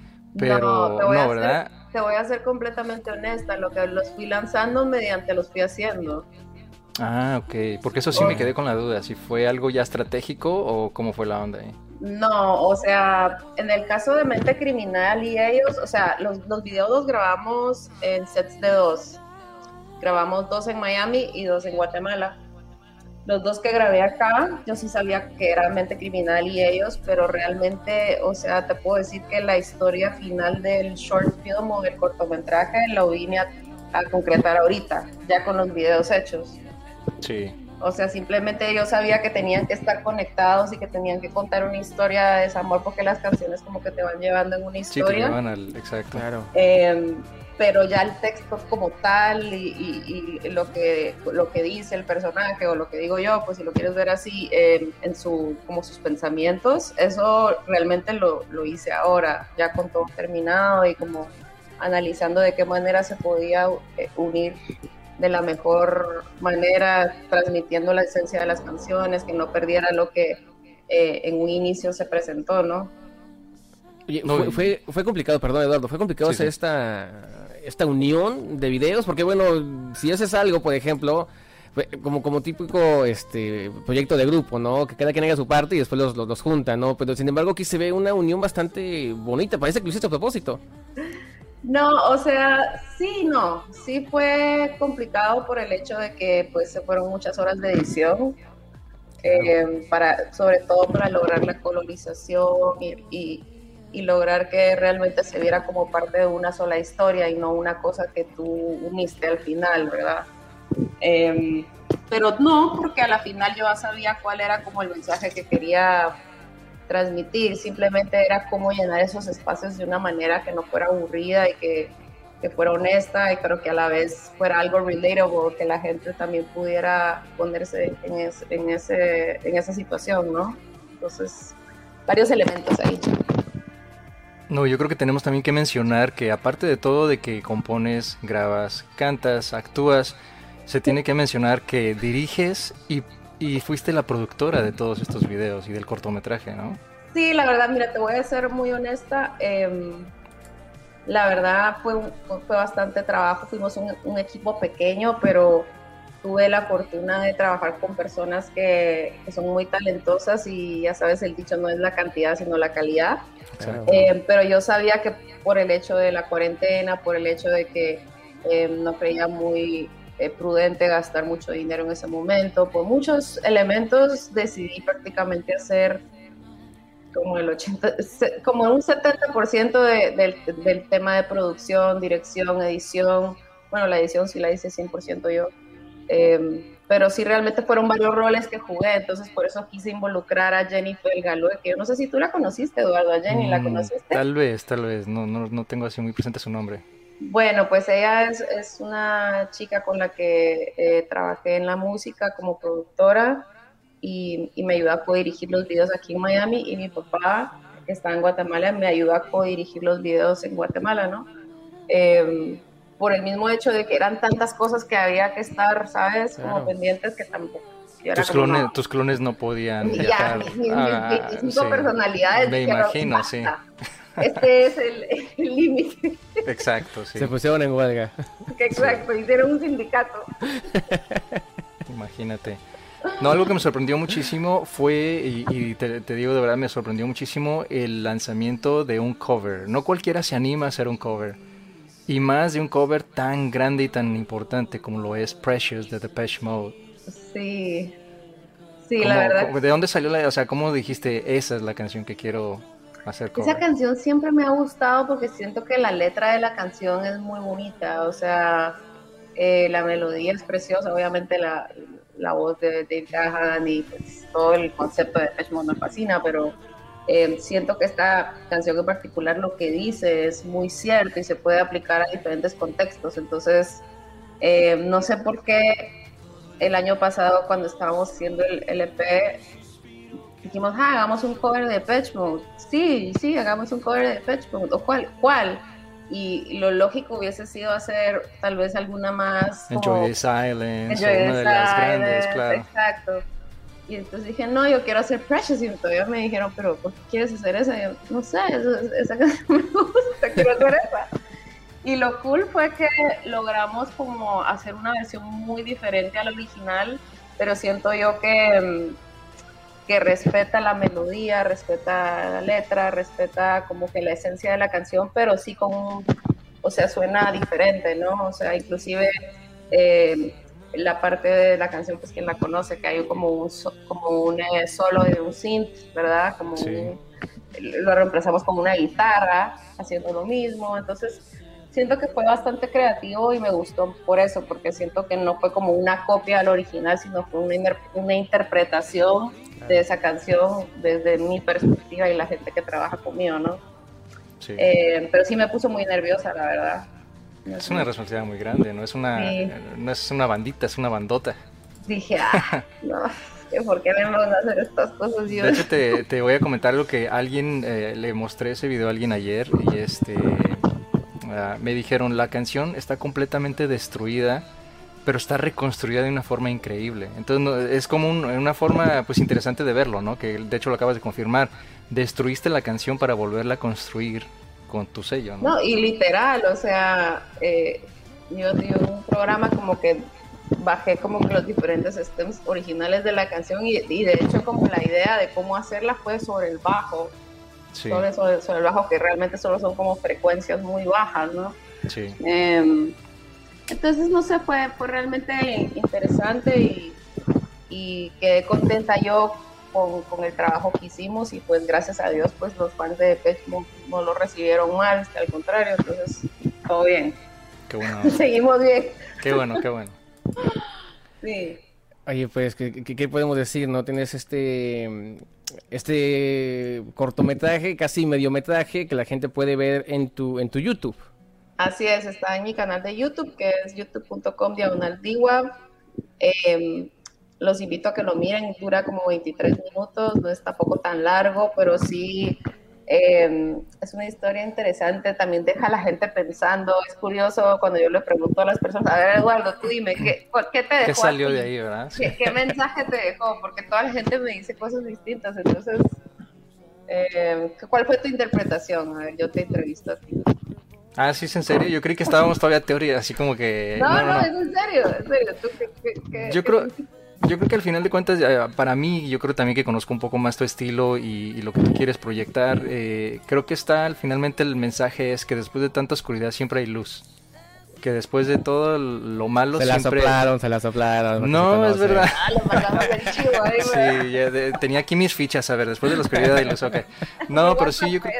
Pero no, no, ¿verdad? Ser, te voy a ser completamente honesta, lo que los fui lanzando mediante los fui haciendo. Ah, ok, porque eso sí oh. me quedé con la duda, si fue algo ya estratégico o cómo fue la onda ahí. No, o sea, en el caso de Mente Criminal y ellos, o sea, los, los videos los grabamos en sets de dos. Grabamos dos en Miami y dos en Guatemala. Los dos que grabé acá, yo sí sabía que era Mente Criminal y ellos, pero realmente, o sea, te puedo decir que la historia final del short film o del cortometraje lo vine a, a concretar ahorita, ya con los videos hechos. Sí. O sea, simplemente yo sabía que tenían que estar conectados y que tenían que contar una historia de desamor, porque las canciones como que te van llevando en una historia. Sí, te llevan al, exacto. Claro. Eh, pero ya el texto como tal y, y, y lo que lo que dice el personaje o lo que digo yo, pues si lo quieres ver así, eh, en su como sus pensamientos, eso realmente lo, lo hice ahora, ya con todo terminado y como analizando de qué manera se podía eh, unir de la mejor manera, transmitiendo la esencia de las canciones, que no perdiera lo que eh, en un inicio se presentó, ¿no? Oye, fue, fue, fue complicado, perdón Eduardo, fue complicado sí, hacer sí. esta esta unión de videos, porque bueno, si haces algo, por ejemplo, como, como típico este proyecto de grupo, ¿no? Que cada quien haga su parte y después los, los, los junta, ¿no? Pero sin embargo aquí se ve una unión bastante bonita, parece que lo hiciste a propósito. No, o sea, sí, no, sí fue complicado por el hecho de que pues se fueron muchas horas de edición, eh, para, sobre todo para lograr la colorización y, y, y lograr que realmente se viera como parte de una sola historia y no una cosa que tú uniste al final, ¿verdad? Eh, pero no, porque a la final yo ya sabía cuál era como el mensaje que quería transmitir, simplemente era cómo llenar esos espacios de una manera que no fuera aburrida y que, que fuera honesta, y creo que a la vez fuera algo relatable, que la gente también pudiera ponerse en, es, en, ese, en esa situación, ¿no? Entonces, varios elementos ahí. No, yo creo que tenemos también que mencionar que aparte de todo de que compones, grabas, cantas, actúas, se tiene que mencionar que diriges y Y fuiste la productora de todos estos videos y del cortometraje, ¿no? Sí, la verdad, mira, te voy a ser muy honesta. Eh, la verdad fue, un, fue bastante trabajo. Fuimos un, un equipo pequeño, pero tuve la fortuna de trabajar con personas que, que son muy talentosas y ya sabes, el dicho no es la cantidad, sino la calidad. Eh, pero yo sabía que por el hecho de la cuarentena, por el hecho de que eh, no creía muy... Eh, prudente gastar mucho dinero en ese momento, por muchos elementos decidí prácticamente hacer como el ochenta, como un setenta por ciento de, de, del tema de producción, dirección, edición. Bueno, la edición sí la hice cien por ciento yo, eh, pero sí realmente fueron varios roles que jugué, entonces por eso quise involucrar a Jennifer Galue, que yo no sé si tú la conociste, Eduardo, a Jenny, ¿la Mm, conociste? tal vez, tal vez, no, no, no tengo así muy presente su nombre. Bueno, pues ella es, es una chica con la que eh, trabajé en la música como productora y, y me ayudó a co-dirigir los videos aquí en Miami, y mi papá, que está en Guatemala, me ayudó a co-dirigir los videos en Guatemala, ¿no? Eh, por el mismo hecho de que eran tantas cosas que había que estar, ¿sabes? Como Claro. pendientes, que tampoco. Yo era Tus como, clones, no. tus clones no podían Y ya, viajar. mis, mis, mis Ah, veinticinco sí, personalidades me dijeron, imagino, sí. basta, este es el el límite. Exacto, sí. Se pusieron en huelga. Exacto, hicieron un sindicato. Imagínate. No, algo que me sorprendió muchísimo fue, y, y te, te digo de verdad, me sorprendió muchísimo el lanzamiento de un cover. No cualquiera se anima a hacer un cover. Y más de un cover tan grande y tan importante como lo es Precious de Depeche Mode. Sí, sí, ¿Cómo- la verdad. cómo- ¿De dónde salió la, o sea, cómo dijiste, esa es la canción que quiero hacer Esa cover? canción siempre me ha gustado porque siento que la letra de la canción es muy bonita, o sea, eh, la melodía es preciosa, obviamente la, la voz de Dave Gahan y pues, todo el concepto de Depeche Mode me fascina, pero eh, siento que esta canción en particular lo que dice es muy cierto y se puede aplicar a diferentes contextos, entonces eh, no sé por qué el año pasado cuando estábamos haciendo el L P dijimos, ah, hagamos un cover de Depeche Mode. Sí, sí, hagamos un cover de Depeche Mode. ¿O cuál? ¿Cuál? Y lo lógico hubiese sido hacer tal vez alguna más como Enjoy the Silence, Enjoy o the una de las grandes, Silence, claro. exacto. Y entonces dije, no, yo quiero hacer Precious. Y todavía me dijeron, pero ¿por qué quieres hacer esa? Y yo, no sé, esa, esa canción me gusta, quiero hacer esa. Y lo cool fue que logramos como hacer una versión muy diferente a la original, pero siento yo que, que respeta la melodía, respeta la letra, respeta como que la esencia de la canción, pero sí con un, o sea, suena diferente, ¿no? O sea, inclusive eh, la parte de la canción, pues quien la conoce, que hay como un, so, como un eh, solo de un synth, ¿verdad? Como Sí. un, lo reemplazamos con una guitarra, haciendo lo mismo, entonces siento que fue bastante creativo y me gustó por eso, porque siento que no fue como una copia al original, sino fue una, una interpretación de esa canción desde mi perspectiva y la gente que trabaja conmigo, ¿no? Sí. Eh, pero sí me puso muy nerviosa, la verdad. Es una responsabilidad muy grande, no es una, Sí. no es una bandita, es una bandota. Dije, ah, no, ¿por qué me van a hacer estas cosas? Yo? De hecho, te, te voy a comentar algo que alguien, eh, le mostré ese video a alguien ayer y este, uh, me dijeron, la canción está completamente destruida, pero está reconstruida de una forma increíble. Entonces no, es como un, una forma pues interesante de verlo, ¿no? Que de hecho lo acabas de confirmar. Destruiste la canción para volverla a construir con tu sello, ¿no? No, y literal, o sea, eh, yo di un programa como que bajé como que los diferentes stems originales de la canción y, y de hecho como la idea de cómo hacerla fue sobre el bajo, Sí, sobre, sobre, sobre el bajo, que realmente solo son como frecuencias muy bajas, ¿no? sí. Eh, entonces, no sé, fue, fue realmente interesante y, y quedé contenta yo con, con el trabajo que hicimos y pues gracias a Dios pues los fans de Depeche Mode no lo recibieron mal, al contrario, entonces todo bien. Qué bueno. Seguimos bien. Qué bueno, qué bueno. Sí. Oye, pues, ¿qué, qué, qué podemos decir, no? Tienes este, este cortometraje, casi mediometraje, que la gente puede ver en tu, en tu YouTube. Así es, está en mi canal de YouTube, que es youtube punto com diagonal D W A B. Eh, los invito a que lo miren, dura como veintitrés minutos, no es tampoco tan largo, pero sí eh, es una historia interesante, también deja a la gente pensando. Es curioso cuando yo le pregunto a las personas, a ver, Eduardo, tú dime, ¿qué, qué te dejó? ¿Qué salió a ti? de ahí, verdad? Sí. ¿Qué, ¿Qué mensaje te dejó? Porque toda la gente me dice cosas distintas, entonces, eh, ¿cuál fue tu interpretación? A ver, yo te entrevisto a ti. Ah, sí, es en serio. Yo creí que estábamos todavía teoría, así como que. No, No, no, no, no. es en serio, en serio. ¿Tú qué, qué, qué, Yo qué creo, yo creo que al final de cuentas, eh, para mí, yo creo también que conozco un poco más tu estilo y, y lo que tú quieres proyectar. Eh, creo que está, finalmente el mensaje es que después de tanta oscuridad siempre hay luz. Que después de todo lo malo Se la siempre. soplaron, se la soplaron. No, es verdad. Ah, lo mandamos el chivo ahí, ¿verdad? Sí, ya de- tenía aquí mis fichas, a ver, después de la oscuridad y luz, ok. No, pero sí, yo creo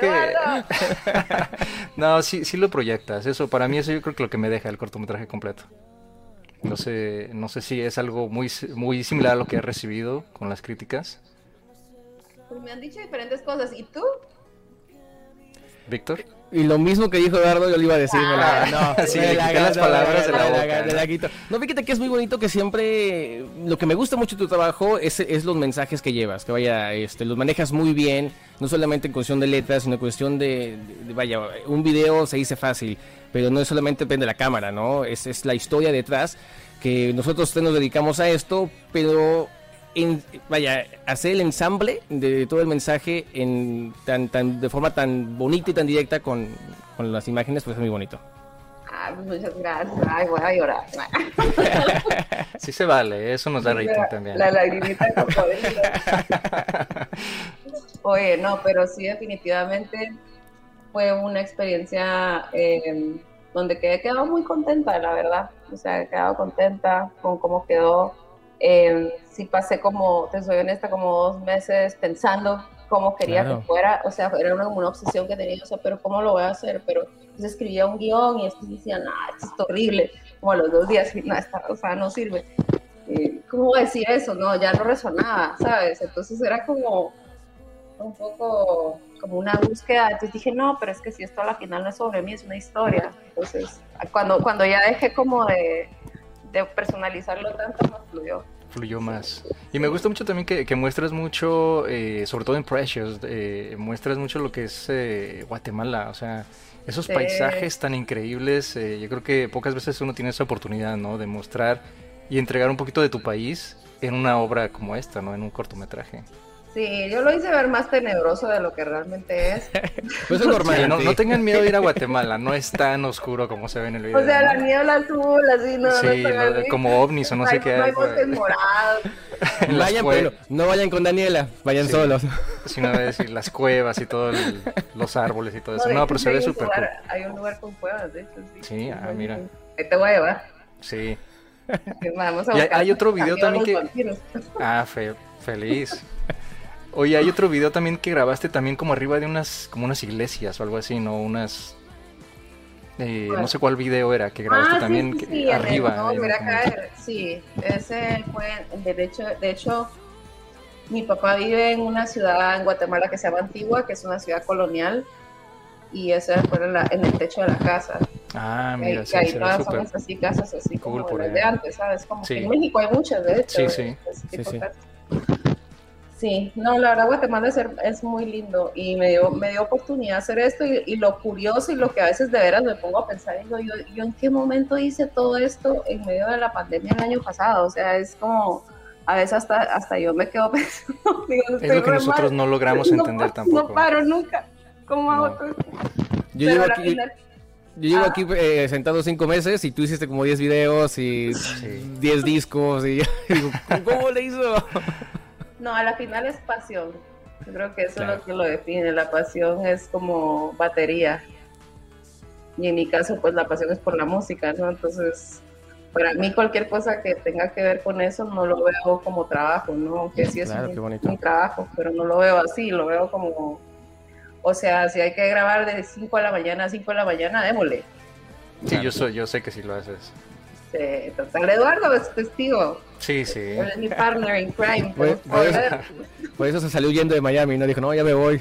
que... No, sí, sí lo proyectas, eso, para mí eso yo creo que lo que me deja el cortometraje completo. No sé, no sé si es algo muy, si- muy similar a lo que has recibido con las críticas. Pues me han dicho diferentes cosas. ¿Y tú? Víctor. Y lo mismo que dijo Eduardo, yo le iba a decir, me la, no, Sí, me le la quité las ganó, palabras de me la boca, me ¿no? la quito. No, fíjate que es muy bonito que siempre, lo que me gusta mucho de tu trabajo es, es los mensajes que llevas, que vaya, este, los manejas muy bien, no solamente en cuestión de letras, sino en cuestión de, de- de- vaya, un video se dice fácil, pero no es solamente depende de la cámara, ¿no? Es, es la historia detrás, que nosotros nos dedicamos a esto, pero en, vaya, hacer el ensamble de todo el mensaje en tan, tan, de forma tan bonita y tan directa con, con las imágenes, pues es muy bonito. Ah, pues muchas gracias. Ay, voy a llorar. Sí se vale, eso nos da rating La, también. la lagrimita de cocodrilo. Oye, no, pero sí, definitivamente fue una experiencia eh, donde quedé, quedado muy contenta, la verdad. O sea, he quedado contenta con cómo quedó. Eh, sí pasé como, te soy honesta, como dos meses pensando cómo quería Claro. que fuera. O sea, era una, como una obsesión que tenía. O sea, pero ¿cómo lo voy a hacer? Pero pues, escribía un guión y después decía, no, esto es horrible. Como a los dos días, no, esta, o sea, no sirve. Eh, ¿Cómo decir eso? No, ya no resonaba, ¿sabes? Entonces era como un poco como una búsqueda. Entonces dije, no, pero es que si esto a la final no es sobre mí, es una historia. Entonces, cuando, cuando ya dejé como de, de personalizarlo tanto, me fluyó. Fluyó más. Y me gusta mucho también que, que muestras mucho, eh, sobre todo en Precious, eh, muestras mucho lo que es eh, Guatemala, o sea, esos Sí. paisajes tan increíbles, eh, yo creo que pocas veces uno tiene esa oportunidad, ¿no? De mostrar y entregar un poquito de tu país en una obra como esta, ¿no? En un cortometraje. Sí, yo lo hice ver más tenebroso de lo que realmente es. Pues es normal. Sí, no, sí. no tengan miedo de ir a Guatemala, no es tan oscuro como se ve en el video. O sea, la ¿no? niebla azul, así, no, Sí, no están lo- así. como ovnis o no hay, sé qué no hay hay por bosques ahí. morados. En las Vayan, cue- pero no vayan con Daniela, vayan Sí. solos. Sí, una vez, y las cuevas y todos los árboles y todo eso. de No, hecho, pero se hay ve un súper cool. lugar- Hay un lugar con cuevas, de hecho, sí. Sí, ah, mira. Ahí te voy a llevar. Sí. Vamos a Y hay- buscar hay otro video cambió a también los que- vampiros. Ah, fe- feliz. Oye, hay otro video también que grabaste también como arriba de unas, como unas iglesias o algo así, ¿no? Unas... eh, no sé cuál video era, que grabaste Ah, también sí, sí, que- sí, en el arriba. No ahí, Volver a como- Caer. Sí, ese fue, de hecho, de hecho, mi papá vive en una ciudad en Guatemala que se llama Antigua, que es una ciudad colonial, y ese fue en, la- en el techo de la casa. Ah, Que, mira, que sí, ahí se ve todas súper. son así, casas así cool como por las de allá. antes, ¿sabes? Como Sí. que en México hay muchas, de hecho. Sí, sí. ese tipo Sí, sí. de casas. Sí, no, la verdad Guatemala es, her- es muy lindo y me dio, me dio oportunidad de hacer esto y, y lo curioso y lo que a veces de veras me pongo a pensar, digo, yo, yo en qué momento hice todo esto en medio de la pandemia el año pasado, o sea, es como, a veces hasta, hasta yo me quedo pensando, digo, Es estoy lo que re nosotros mal, no logramos no, entender tampoco. No paro nunca, ¿cómo hago No. todo esto? Yo Pero llevo a la aquí, final- yo llevo Ah. aquí eh, sentado cinco meses y tú hiciste como diez videos y Sí. diez discos y digo, ¿cómo le hizo? No, a la final es pasión. Yo creo que eso Claro. es lo que lo define. La pasión es como batería. Y en mi caso, pues la pasión es por la música, ¿no? Entonces, para mí cualquier cosa que tenga que ver con eso no lo veo como trabajo, ¿no? Aunque sí es Claro, mi, qué bonito. mi trabajo, pero no lo veo así, lo veo como... O sea, si hay que grabar de cinco de la mañana a cinco de la mañana, démosle. Sí, yo, soy, yo sé que sí lo haces. Sí, total, Eduardo es testigo. Sí, sí. Él es mi partner in crime. Pues- pero, pues- joder, Por eso se salió huyendo de Miami, ¿no? Dijo, no, ya me voy.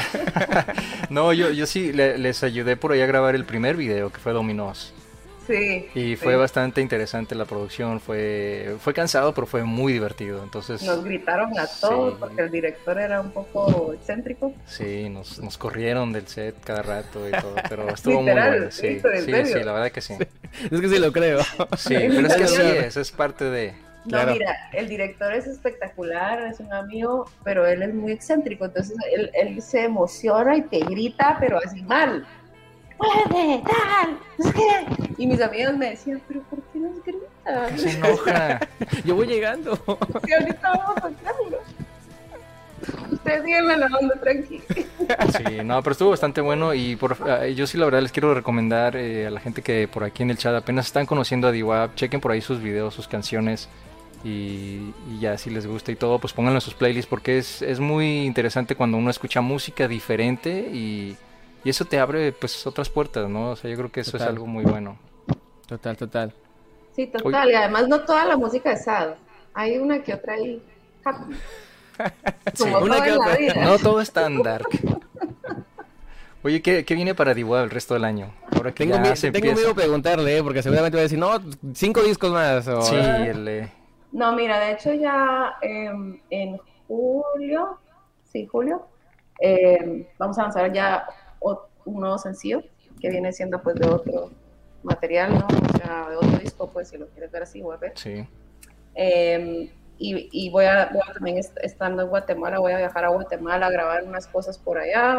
No, yo, yo sí le- les ayudé por ahí a grabar el primer video, que fue Dominós. sí. Y fue sí. bastante interesante la producción, fue fue cansado, pero fue muy divertido. Entonces, Nos gritaron a todos Sí. porque el director era un poco excéntrico. sí, nos, nos corrieron del set cada rato y todo, pero estuvo muy Literal, bueno. Sí, ¿en sí, serio? sí, la verdad que sí. Es que sí lo creo. Sí, pero es que así Claro. es, es parte de... No, Claro. mira, el director es espectacular, es un amigo, pero él es muy excéntrico, entonces él, él se emociona y te grita, pero así mal. ¡Mueve, tal! no sé qué. Y mis amigos me decían, ¿pero por qué nos gritas? Se enoja. Yo voy llegando. Si ahorita vamos a hacerlo. Ustedes síganme la onda tranquilo. Sí, no, pero estuvo bastante bueno y por, eh, yo sí la verdad les quiero recomendar eh, a la gente que por aquí en el chat apenas están conociendo a D-Wap, chequen por ahí sus videos, sus canciones y, y ya si les gusta y todo, pues pónganlo en sus playlists porque es, es muy interesante cuando uno escucha música diferente y, y eso te abre pues otras puertas, ¿no? O sea, yo creo que eso Total. es algo muy bueno. Total, total. Sí, total, Uy. Y además no toda la música es sad, hay una que otra ahí happy. Sí, una que otra. No todo es tan dark. Oye, ¿qué, ¿qué viene para D-Wab el resto del año? Ahora que tengo, ya mi, se tengo miedo de preguntarle, ¿eh? Porque seguramente va a decir, no, cinco discos más. O... Sí, el... Eh... No, mira, de hecho ya eh, en julio, sí, julio, eh, vamos a lanzar ya un nuevo sencillo que viene siendo pues de otro material, ¿no? O sea, de otro disco, pues si lo quieres ver así, voy a ver. Sí. Eh, y, y voy, a, voy a también est estando en Guatemala, voy a viajar a Guatemala a grabar unas cosas por allá.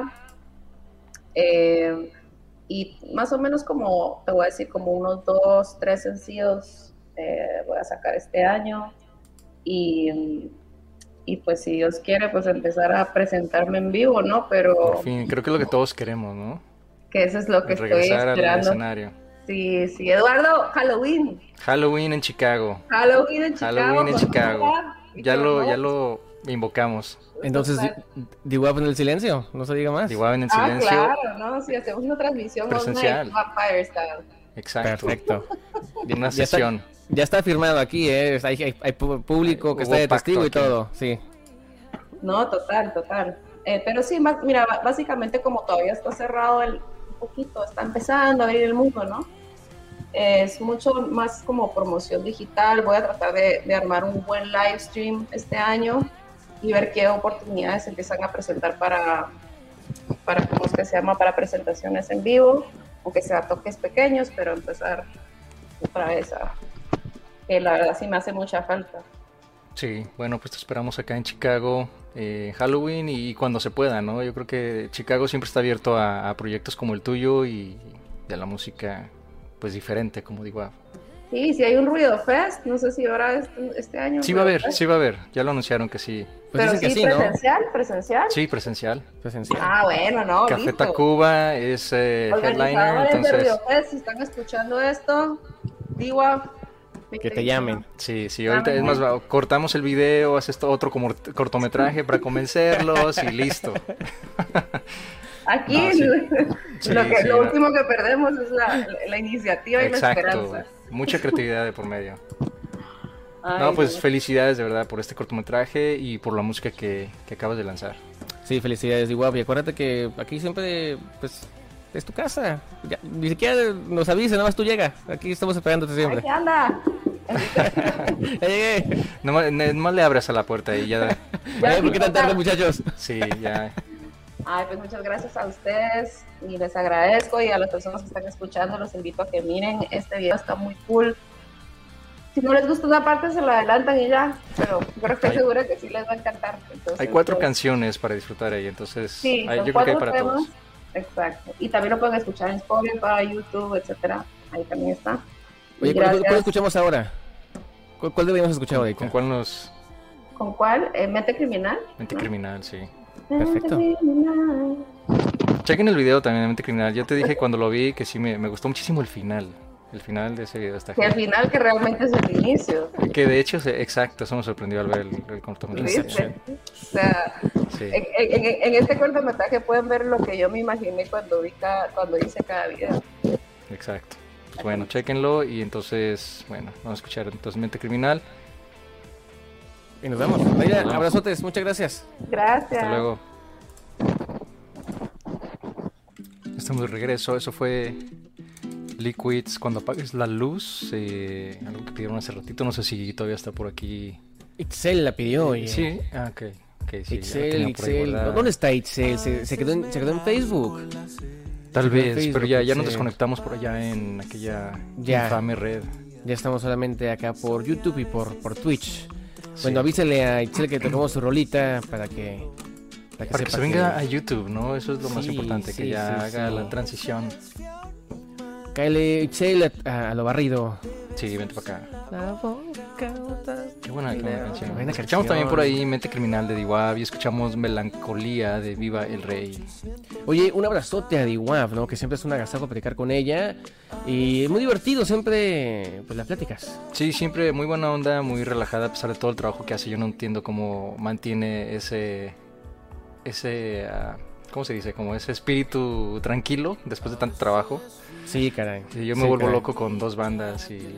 Eh, y más o menos como, te voy a decir, como unos dos, tres sencillos eh, voy a sacar este año. Y, y pues si Dios quiere, pues empezar a presentarme en vivo, ¿no? Pero... Por fin, creo que es lo que todos queremos, ¿no? Que eso es lo que estoy regresar esperando. Al escenario. Sí, sí, Eduardo, Halloween. Halloween en Chicago. Halloween en Chicago. Halloween en Chicago. Ya lo, ya lo invocamos. Entonces, D-Wab en el silencio, no se diga más. D-Wab en el silencio. Ah, claro, ¿no? Si hacemos una transmisión presencial. Vampire Style. Exacto. Perfecto. Una sesión. Ya está, ya está firmado aquí, ¿eh? Hay, hay, hay público que Hubo está de testigo y todo, sí. No, total, total. Eh, pero sí, más, mira, básicamente como todavía está cerrado el un poquito, está empezando a abrir el mundo, ¿no? Eh, es mucho más como promoción digital. Voy a tratar de, de armar un buen live stream este año y ver qué oportunidades se empiezan a presentar para, para ¿cómo es que se llama? Para presentaciones en vivo, aunque sea toques pequeños, pero empezar otra vez a... que la verdad sí me hace mucha falta. Sí, bueno, pues te esperamos acá en Chicago, eh, Halloween y, y cuando se pueda, ¿no? Yo creo que Chicago siempre está abierto a, a proyectos como el tuyo y, y a la música, pues diferente, como digo. Sí, si hay un Ruido Fest, no sé si habrá este, este año. Sí va a haber, Fest. sí va a haber, ya lo anunciaron que sí. Pues pero sí, que sí, presencial, ¿no? presencial. Sí, presencial. Presencial. Ah, bueno, no, Café listo. Tacuba es eh, headliner, entonces... de Ruido Fest, si están escuchando esto, D-Wab, que te llamen. Sí, sí, ahorita es más, cortamos el video, haces otro como cortometraje para convencerlos y listo. Aquí no, sí. Sí, lo, que, sí, lo no. último que perdemos es la, la iniciativa Exacto. y la esperanza. Mucha creatividad de por medio. Ay, no, pues Dios. Felicidades de verdad por este cortometraje y por la música que, que acabas de lanzar. Sí, felicidades, D-Wab. Y acuérdate que aquí siempre, pues, es tu casa. Ya, ni siquiera nos avisa, nada más tú llegas. Aquí estamos esperándote siempre. Ay, ¿qué anda? Ya llegué. Nomás, nomás le abras a la puerta y ya. ya ¿Por qué tan tarde, muchachos? Sí, ya. Ay, pues muchas gracias a ustedes y les agradezco, y a las personas que están escuchando los invito a que miren este video, está muy cool. Si no les gusta una parte se lo adelantan y ya, pero yo estoy hay, segura que sí les va a encantar. Entonces, hay cuatro pues, canciones para disfrutar ahí, entonces sí, hay, yo creo cuatro que hay para temas. todos. Exacto, y también lo pueden escuchar en Spotify, YouTube, etcétera. Ahí también está. Oye, ¿cuál, ¿cuál escuchamos ahora? ¿Cuál, cuál deberíamos escuchar ahorita? ¿Con cuál nos...? ¿Con cuál? ¿Eh, ¿Mente Criminal? Mente ¿no? Criminal, sí. Perfecto. Chequen el video también de Mente Criminal. Yo te dije cuando lo vi que sí me, me gustó muchísimo el final. El final de ese video está genial. Y el final que realmente es el inicio. Que de hecho, exacto, eso me sorprendió al ver el, el cortometraje. O sea, sí. en, en, en este cortometraje pueden ver lo que yo me imaginé cuando vi cada, cuando hice cada video. Exacto. Pues bueno, chequenlo y entonces, bueno, vamos a escuchar entonces Mente Criminal. Y nos vemos. Mayra, abrazotes, muchas gracias. Gracias. Hasta luego. Estamos de regreso, eso fue Liquids, Cuando apagues la luz, eh, algo que pidieron hace ratito, no sé si todavía está por aquí. Itzel la pidió, oye. Sí, ah, ok. okay sí, Itzel, Itzel. ¿Dónde está Itzel? Se, se, quedó en, se quedó en Facebook. Tal vez, Facebook, pero ya, ya nos sí. desconectamos por allá en aquella ya. infame red. Ya estamos solamente acá por YouTube y por, por Twitch. Sí. Bueno, avísale a Itzel que tocamos su rolita para que... Para que, para que se venga que... a YouTube, ¿no? Eso es lo sí, más importante, sí, que ya sí, haga sí. la transición. Cáele Itzel a, a lo barrido. Sí, vente para acá. La boca, qué buena, qué buena canción. Buena escuchamos canción. También por ahí Mente Criminal de D-Wab y escuchamos Melancolía de Viva el Rey. Oye, un abrazote a D-Wab, ¿no? Que siempre es un agasajo platicar con ella. Y muy divertido, siempre, pues las pláticas. Sí, siempre muy buena onda, muy relajada a pesar de todo el trabajo que hace. Yo no entiendo cómo mantiene ese... ese uh, ¿cómo se dice? Como ese espíritu tranquilo después de tanto trabajo. Sí, caray. Sí, yo me sí, vuelvo caray. loco con dos bandas y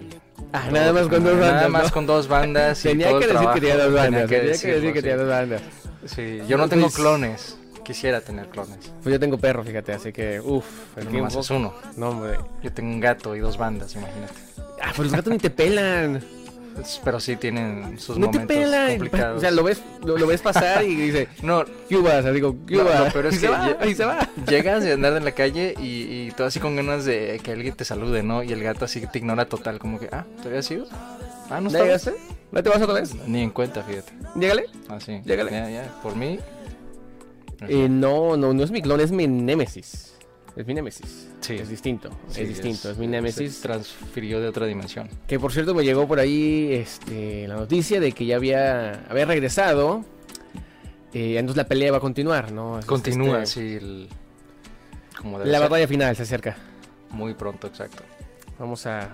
Ah, nada más con dos bandas. Nada más ¿no? con dos bandas. Tenía y todo que el decir trabajo, que tenía dos bandas. tenía Tenía que decir decirlo, que tenía sí. dos bandas. Sí, yo no tengo Pues- clones. Quisiera tener clones. Pues yo tengo perro, fíjate, así que, uff. Pero nomás es uno. No, hombre. Yo tengo un gato y dos bandas, imagínate. Ah, pues los gatos ni te pelan. Es- Pero sí tienen sus No te momentos pelan. complicados. O sea, lo ves, lo, lo ves pasar y dice, No, ¿qué vas? O sea, digo, ¿qué No, vas? no, pero es y se que va, ya- y se va. llegas de andar en la calle y, y todo así con ganas de que alguien te salude, ¿no? Y el gato así te ignora total, como que, ah, ¿te habías ido? Ah, no ¿Ya estabas. llegaste? ¿No te vas otra vez? Ni en cuenta, fíjate. Llégale. Así. Llégale. Ya, ya, por mí. Eh, no, no, no es mi clon, es mi némesis. Es mi némesis. Sí. Es distinto, Sí, es distinto, es, mi némesis. Se transfirió de otra dimensión. Que por cierto me llegó por ahí este, la noticia de que ya había, había regresado. Eh, entonces la pelea va a continuar, ¿no? Es- Continúa, este, sí. El, como debe La ser. batalla final se acerca. Muy pronto, exacto. Vamos a...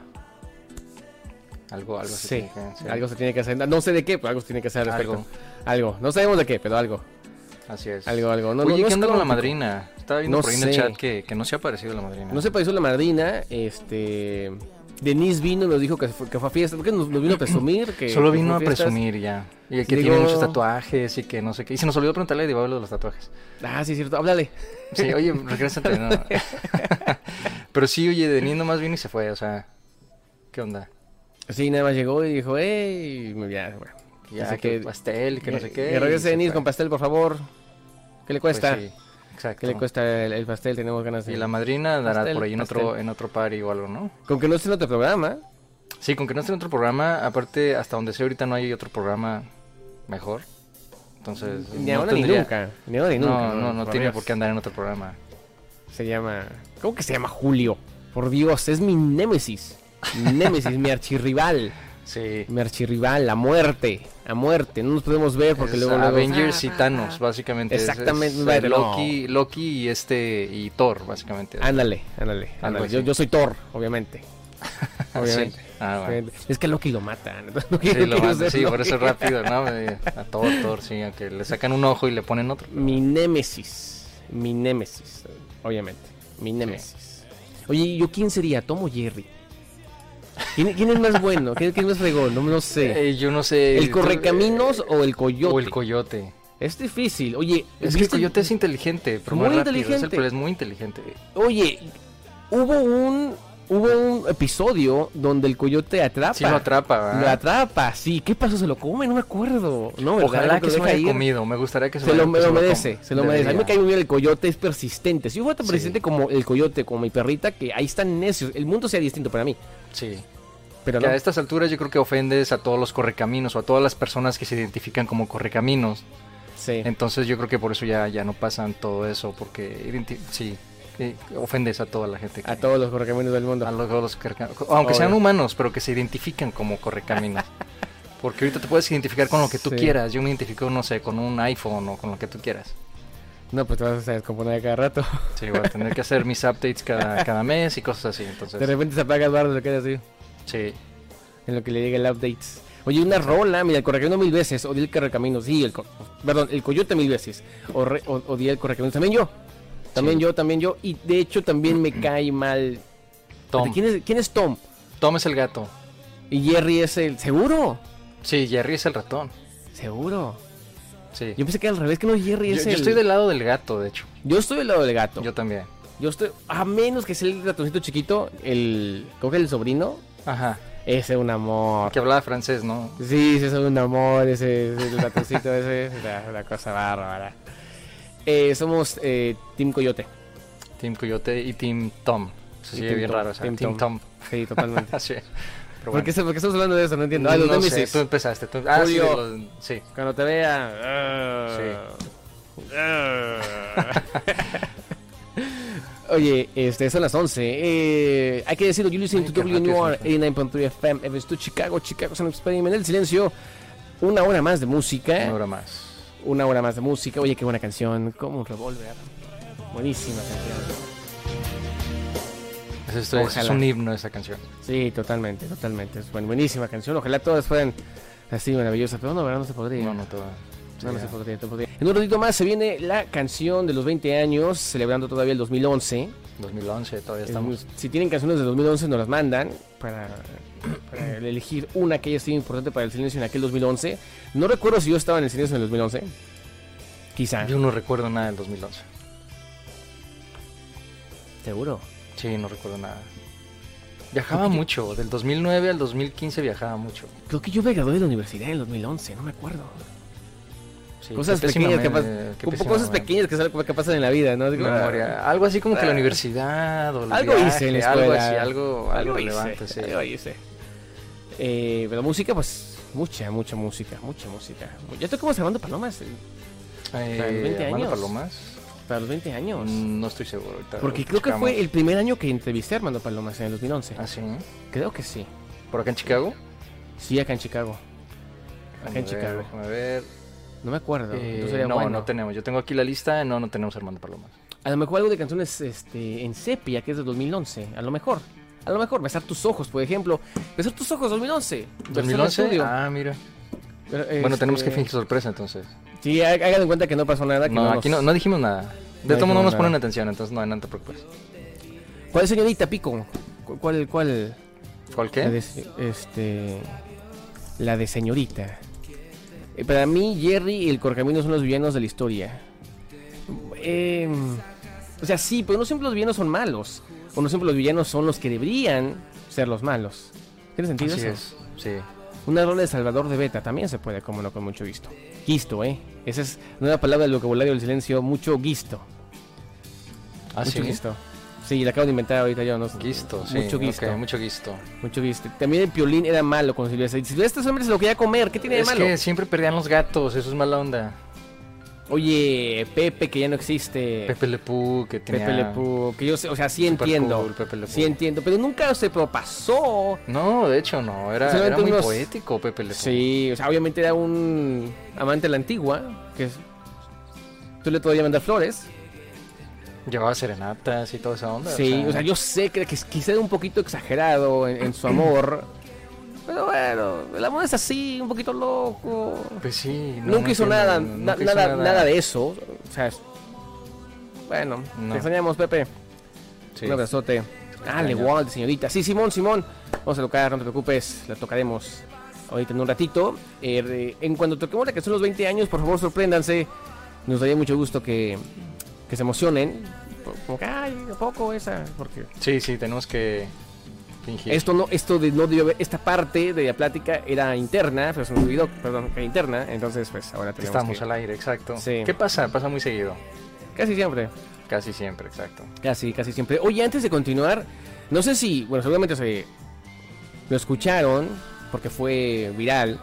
Algo, algo se Sí, tiene que- sí. algo se tiene que hacer. No sé de qué, pero algo se tiene que hacer al respecto. Algo. Algo. No sabemos de qué, pero algo. Así es. Algo, algo. No, Oye, no, no ¿qué es onda con la crónico. madrina? Estaba viendo No por ahí en el sé. chat que, que no se ha parecido la madrina. No se pareció la madrina. Este... Denise vino y nos dijo que fue, que fue a fiesta. ¿Por qué nos, nos vino a presumir? Que, Solo que vino fue a fiestas? presumir ya. Y el que Digo- tiene muchos tatuajes y que no sé qué. Y se nos olvidó preguntarle de lo de los tatuajes. Ah, sí, es cierto. Háblale. Sí, oye, regrésate, ¿no? Pero sí, oye, Denis nomás vino y se fue, o sea, ¿qué onda? Sí, nada más llegó y dijo, hey, y ya, bueno. Ya, Así que que- pastel, que no sé qué. Que y regrese se Denise fue. con pastel, por favor. ¿Qué le Pues cuesta? sí, exacto. ¿Qué le cuesta el, el pastel? Tenemos ganas de... Y la madrina dará Pastel, por ahí en otro, pastel. en otro party o algo, ¿no? Con que no esté en otro programa. Sí, con que no esté en otro programa, aparte, hasta donde sé ahorita no hay otro programa mejor. Entonces, Ni no ahora ni tendría- nunca. Ni ahora ni No, nunca. no, no por tiene Dios. por qué andar en otro programa. Se llama... ¿Cómo que se llama Julio? Por Dios, es mi némesis. Mi némesis, mi archirrival. Sí. Mi archirrival, la muerte. A muerte. No nos podemos ver porque Es luego... luego- Avengers Ah, y Thanos, básicamente. Es- Exactamente, es, eh, vale, no. Loki, Loki y este y Thor, básicamente. Ándale, ándale. ándale. así. Yo, yo soy Thor, obviamente. Obviamente. Sí. Ah, bueno. Obviamente. Es que a Loki lo matan. entonces no Sí, quiero- lo quiero manda, ser sí, por Loki. eso es rápido, ¿no? Eh, A Thor, Thor, sí, aunque le sacan un ojo y le ponen otro. Mi némesis. Mi némesis. Obviamente. Mi némesis. Oye, ¿y ¿yo quién sería? ¿Tom o Jerry? ¿Quién, quién es más bueno? ¿Quién, quién es más fregón? No, no sé. Eh, yo no sé. ¿El correcaminos o el coyote? O el coyote. Es difícil. Oye, Es que el ¿viste? coyote es inteligente, pero Muy muy, rápido. Es, el, inteligente. pero es muy inteligente. Oye, hubo un hubo un episodio donde el coyote atrapa. Sí lo atrapa, ¿verdad? Lo atrapa, sí. ¿Qué pasó? ¿Se lo come? No me acuerdo. No, ¿verdad? Ojalá Creo que se lo lo deja haya ir. comido. Me gustaría que se, Se lo, que lo se merece, coma. se lo merece. A mí me Debería. cae muy bien el coyote, es persistente. Si yo fuera tan Sí. persistente como el coyote, como mi perrita, que ahí están necios. El mundo sea distinto para mí. Sí. Pero Que no. a estas alturas yo creo que ofendes a todos los correcaminos o a todas las personas que se identifican como correcaminos. Sí. Entonces yo creo que por eso ya, ya no pasan todo eso, porque identi- sí, eh, ofendes a toda la gente. Que, A todos los correcaminos del mundo. a los, a los correcaminos. Aunque Obvio. sean humanos, pero que se identifican como correcaminos. Porque ahorita te puedes identificar con lo que tú Sí. quieras. Yo me identifico, no sé, con un iPhone o con lo que tú quieras. No, pues te vas a descomponer cada rato. Sí, voy a tener que hacer mis updates cada, cada mes y cosas así. Entonces, De repente se apaga el bar, se queda así. sí. En lo que le llega el update. Oye, una rola, mira, el correcamino mil veces, odié el correcamino, sí, el co- perdón, el coyote mil veces, o re- o- odié el correcamino, también yo, también Sí. yo, también yo, y de hecho también me cae mal. Tom. ¿Quién es, quién es Tom? Tom es el gato. Y Jerry es el, ¿seguro? Sí, Jerry es el ratón. ¿Seguro? Sí. Yo pensé que era al revés, que no Jerry Yo, es yo el... estoy del lado del gato, de hecho. Yo estoy del lado del gato. Yo, Yo también. estoy, a menos que sea el ratoncito chiquito, el, coge el sobrino, Ajá. ese es un amor. Que hablaba francés, ¿no? Sí, sí, es un amor, ese, ese el ratoncito ese, es la, la cosa bárbara. Eh, somos eh, Team Coyote. Team Coyote y Team Tom. Eso Y sí, Team bien Tom, raro, o sea, Team Team, Tom. Tom. Sí, totalmente. Así. Pero ¿Por, qué, se- por qué estamos hablando de eso? No entiendo. Ah, los no sé, Nemesis. tú empezaste. Tú... Ah, sí, Julio. de los- sí. Cuando te vea. ah, ah. Oye, este, son las once. Eh, hay que decirlo, you listen Ay, to qué W N rápido R se me ochenta y nueve punto tres F M, F S dos Chicago, Chicago Sun Experiment, el silencio. Una hora más de música. Una hora más. Una hora más de música. Oye, qué buena canción. Como un revólver. Buenísima canción. Es, esto es, Ojalá. es un himno esa canción. Sí, totalmente, totalmente. Es buen- buenísima canción. Ojalá todas fueran así maravillosas. Pero no, ¿verdad? No se podría. No, no, todo. No, no Sí, se ya. podría, no podría. En un ratito más se viene la canción de los veinte años, celebrando todavía el dos mil once. dos mil once, todavía Es estamos. muy- si tienen canciones de dos mil once, nos las mandan para, para elegir una que haya sido importante para el silencio en aquel dos mil once. No recuerdo si yo estaba en el silencio en el dos mil once. Quizá. Yo no recuerdo nada del dos mil once. ¿Seguro? Sí, no recuerdo nada. Viajaba Porque yo- mucho, del dos mil nueve al dos mil quince viajaba mucho. Creo que yo me gradué de la universidad en el dos mil once, no me acuerdo. Sí, Cosas qué pésima pequeñas que me- pasan. qué Como pésima cosas memoria. pequeñas que, salen- que pasan en la vida, ¿no? Digo, Memoria. Algo así como que la Ah. universidad o el Algo viaje, hice en la algo escuela. así, algo, algo hice, relevante, sí. algo hice. Eh, pero música, pues, mucha, mucha música, mucha música. Ya tocamos Armando Palomas eh, Eh, Para los veinte Armando años. Palomas, para los veinte años. mm, no estoy seguro ahorita. Porque lo creo que fue checamos. el primer año que entrevisté a Armando Palomas en el dos mil once. Ah, sí. Creo que sí. ¿Por acá en Chicago? Sí, acá en Chicago. Acá Déjame en ver, Chicago. Déjame ver. No me acuerdo. Eh, Entonces sería no, bueno. no tenemos. Yo tengo aquí la lista. No, no tenemos Armando Palomas. A lo mejor algo de canciones este, en sepia, que es de dos mil once. A lo mejor. A lo mejor. Besar tus ojos, por ejemplo. Besar tus ojos, dos mil once. ¿dos mil Versión once? estudio. Ah, mira. Pero, Bueno, este, tenemos que fingir sorpresa entonces. Sí, há- hagan en cuenta que no pasó nada. Que No, no aquí nos- no, no dijimos nada. De No todo modo dijimos nos nada. ponen atención, entonces no, no te preocupes. ¿Cuál es, señorita Pico? ¿Cu- ¿Cuál, cuál? ¿Cuál La qué? de, este, la de señorita. Eh, para mí, Jerry y el Correcaminos son los villanos de la historia. Eh, o sea, sí, pero no siempre los villanos son malos. O no siempre los villanos son los que deberían ser los malos. ¿Tiene sentido Así eso? es, sí. Una rola de Salvador de Beta también se puede, como no, con mucho gusto. Guisto, ¿eh? Esa es una palabra del vocabulario del silencio, mucho guisto. Ah, mucho sí. guisto. Sí, la acabo de inventar ahorita yo, ¿no? Guisto, sí. Mucho guisto. ok, mucho guisto. Mucho guisto. También el Piolín era malo con Silvestre. Y Silvestre ese hombre se lo quería comer. ¿Qué tiene de Es malo? que siempre perdían los gatos, eso es mala onda. Oye, Pepe, que ya no existe. Pepe Le Pew, que tenía... Pepe Le Pew, que yo sé, o sea, sí Super entiendo. cool, Pepe Le Pew. Sí entiendo, pero nunca se propasó. No, de hecho no, era, Solamente era muy unos- poético Pepe Le Pew. Sí, o sea, obviamente era un amante de la antigua, que es... Tú le podías mandar flores. Llevaba serenatas y toda esa onda. Sí, o sea, yo sé que, que quizá era un poquito exagerado en, en su amor. Pero bueno, el amor es así, un poquito loco. Pues sí. no, nunca no hizo entiendo, nada, nunca na- hizo nada, nada de eso. O sea, es- bueno, No. te extrañamos, Pepe. Sí. Un abrazote. Ah, extraño. Lewald, señorita. Sí, Simón, Simón. Vamos a tocar, no te preocupes, la tocaremos ahorita en un ratito. Eh, re- en cuanto toquemos la canción Los veinte años, por favor, sorpréndanse. Nos daría mucho gusto que, que se emocionen. Como que, ay, ¿a poco esa? Porque Sí, sí, tenemos que fingir. esto no, esto de no debió haber, esta parte de la plática era interna, pero se me olvidó, perdón, que era interna, entonces pues ahora tenemos Estamos que... al aire, exacto. Sí. ¿Qué pasa? Pasa muy seguido. Casi siempre. Casi siempre, exacto. Casi, casi siempre. Oye, antes de continuar, no sé si, bueno, seguramente se lo escucharon, porque fue viral.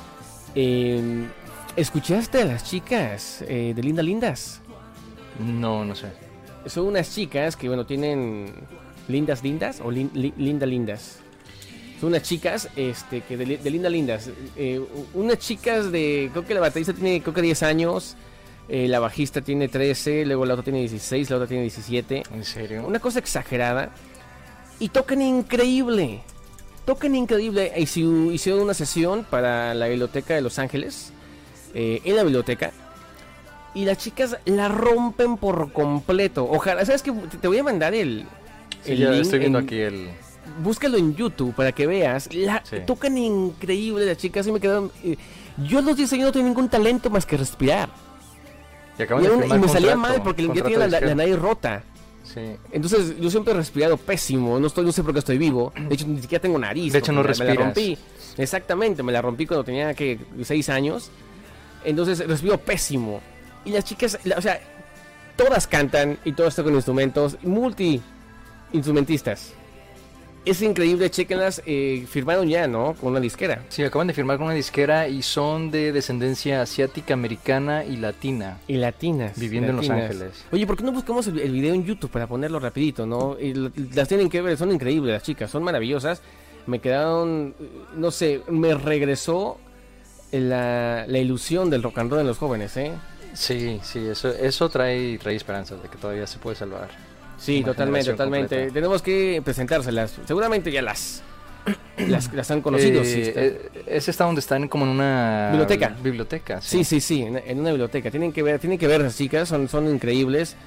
Eh, ¿Escuchaste a las chicas eh, de Linda Lindas? No, no sé. Son unas chicas que, bueno, tienen lindas lindas o lin- li- linda lindas. Son unas chicas este, que de, li- de Linda Lindas. Eh, unas chicas de, creo que la baterista tiene, creo que diez años. Eh, la bajista tiene trece, luego la otra tiene dieciséis, la otra tiene diecisiete. ¿En serio? Una cosa exagerada. Y tocan increíble. Tocan increíble. Hici- Hicieron una sesión para la biblioteca de Los Ángeles. eh, en la biblioteca. Y las chicas la rompen por completo. Ojalá, ¿sabes qué? Te te voy a mandar el. Sí, el ya link estoy viendo en- aquí el... Búscalo en YouTube para que veas. La, Sí. Tocan increíble las chicas. Y me quedaron. eh, yo a los diez años no tenía ningún talento más que respirar. Y, Y, acaban de era un- firmar y me salía contrato, mal porque ya contrato tenía la, la, disquero. la nariz rota. Sí. Entonces yo siempre he respirado pésimo, no estoy, no sé por qué estoy vivo. De hecho ni siquiera tengo nariz. De hecho, no porque me, me la respiras. rompí. Exactamente, me la rompí cuando tenía que seis años. Entonces respiro pésimo. Y las chicas, la- o sea, todas cantan y todas tocan instrumentos, multi instrumentistas. Es increíble, chéquenlas, eh, firmaron ya, ¿no? Con una disquera. Sí, acaban de firmar con una disquera y son de descendencia asiática, americana y latina. Y latinas. Viviendo en Los latinas. Ángeles. Oye, ¿por qué no buscamos el, el video en YouTube para ponerlo rapidito, no? Y l- las tienen que ver, son increíbles las chicas, son maravillosas. Me quedaron, eh, no sé, me regresó la, la ilusión del rock and roll en los jóvenes, ¿eh? Sí, sí, eso, eso trae, trae esperanzas de que todavía se puede salvar. Sí, Una totalmente, generación totalmente. completa. Tenemos que presentárselas. Seguramente ya las, las, las han conocido. Eh, sí, está- eh, es esta donde están como en una... Biblioteca. Biblioteca, Sí, sí, sí, en, en una biblioteca. Tienen que ver, tienen que ver las chicas, son, son increíbles.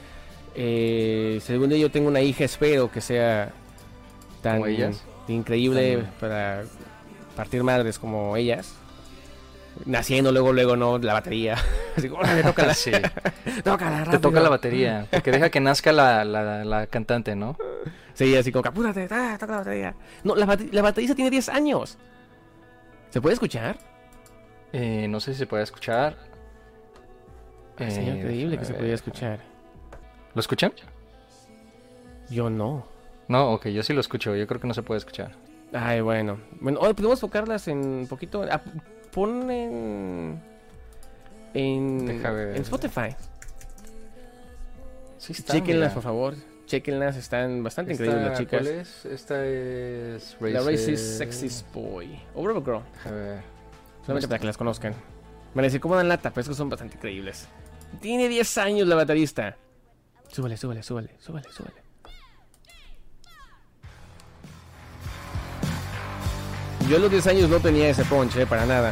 Eh, según yo tengo una hija, espero que sea tan ¿Como ellas? increíble También. para partir madres como ellas. Naciendo luego, luego, no, la batería. Así como, órale, tócala. Sí. Tócala, Te rápido. toca la batería, porque deja que nazca la, la, la cantante, ¿no? Sí, así como, apúrate, ah, toca la batería. No, la, bate- la baterista tiene diez años. ¿Se puede escuchar? Eh, no sé si se puede escuchar. Ay, sería Eh, increíble que a se ver. pudiera escuchar. ¿Lo escuchan? Yo no. No, ok, yo sí lo escucho, yo creo que no se puede escuchar. Ay, bueno. Bueno, hoy podemos enfocarlas en un poquito. Ah, pon en. En, Deja ver. en Spotify. Sí está, Chequenlas, mira. por favor. Chequenlas, están bastante Esta, increíbles las chicas. ¿Cuál es? Esta es... La Racist- Racist Sexist Boy. O Rebel Girl. A ver. Solamente para que las conozcan. Me decir cómo dan lata, pero es que son bastante increíbles. Tiene diez años la baterista. Súbale, súbale, súbale, súbale, súbale. Yo a los diez años no tenía ese punch, eh, para nada.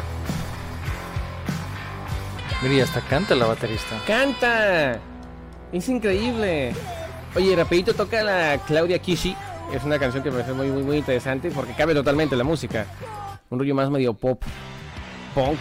Mira, y hasta canta la baterista. ¡Canta! Es increíble. Oye, rapidito toca la Claudia Kishi. Es una canción que me parece muy, muy, muy interesante porque cabe totalmente la música. Un rollo más medio pop, punk.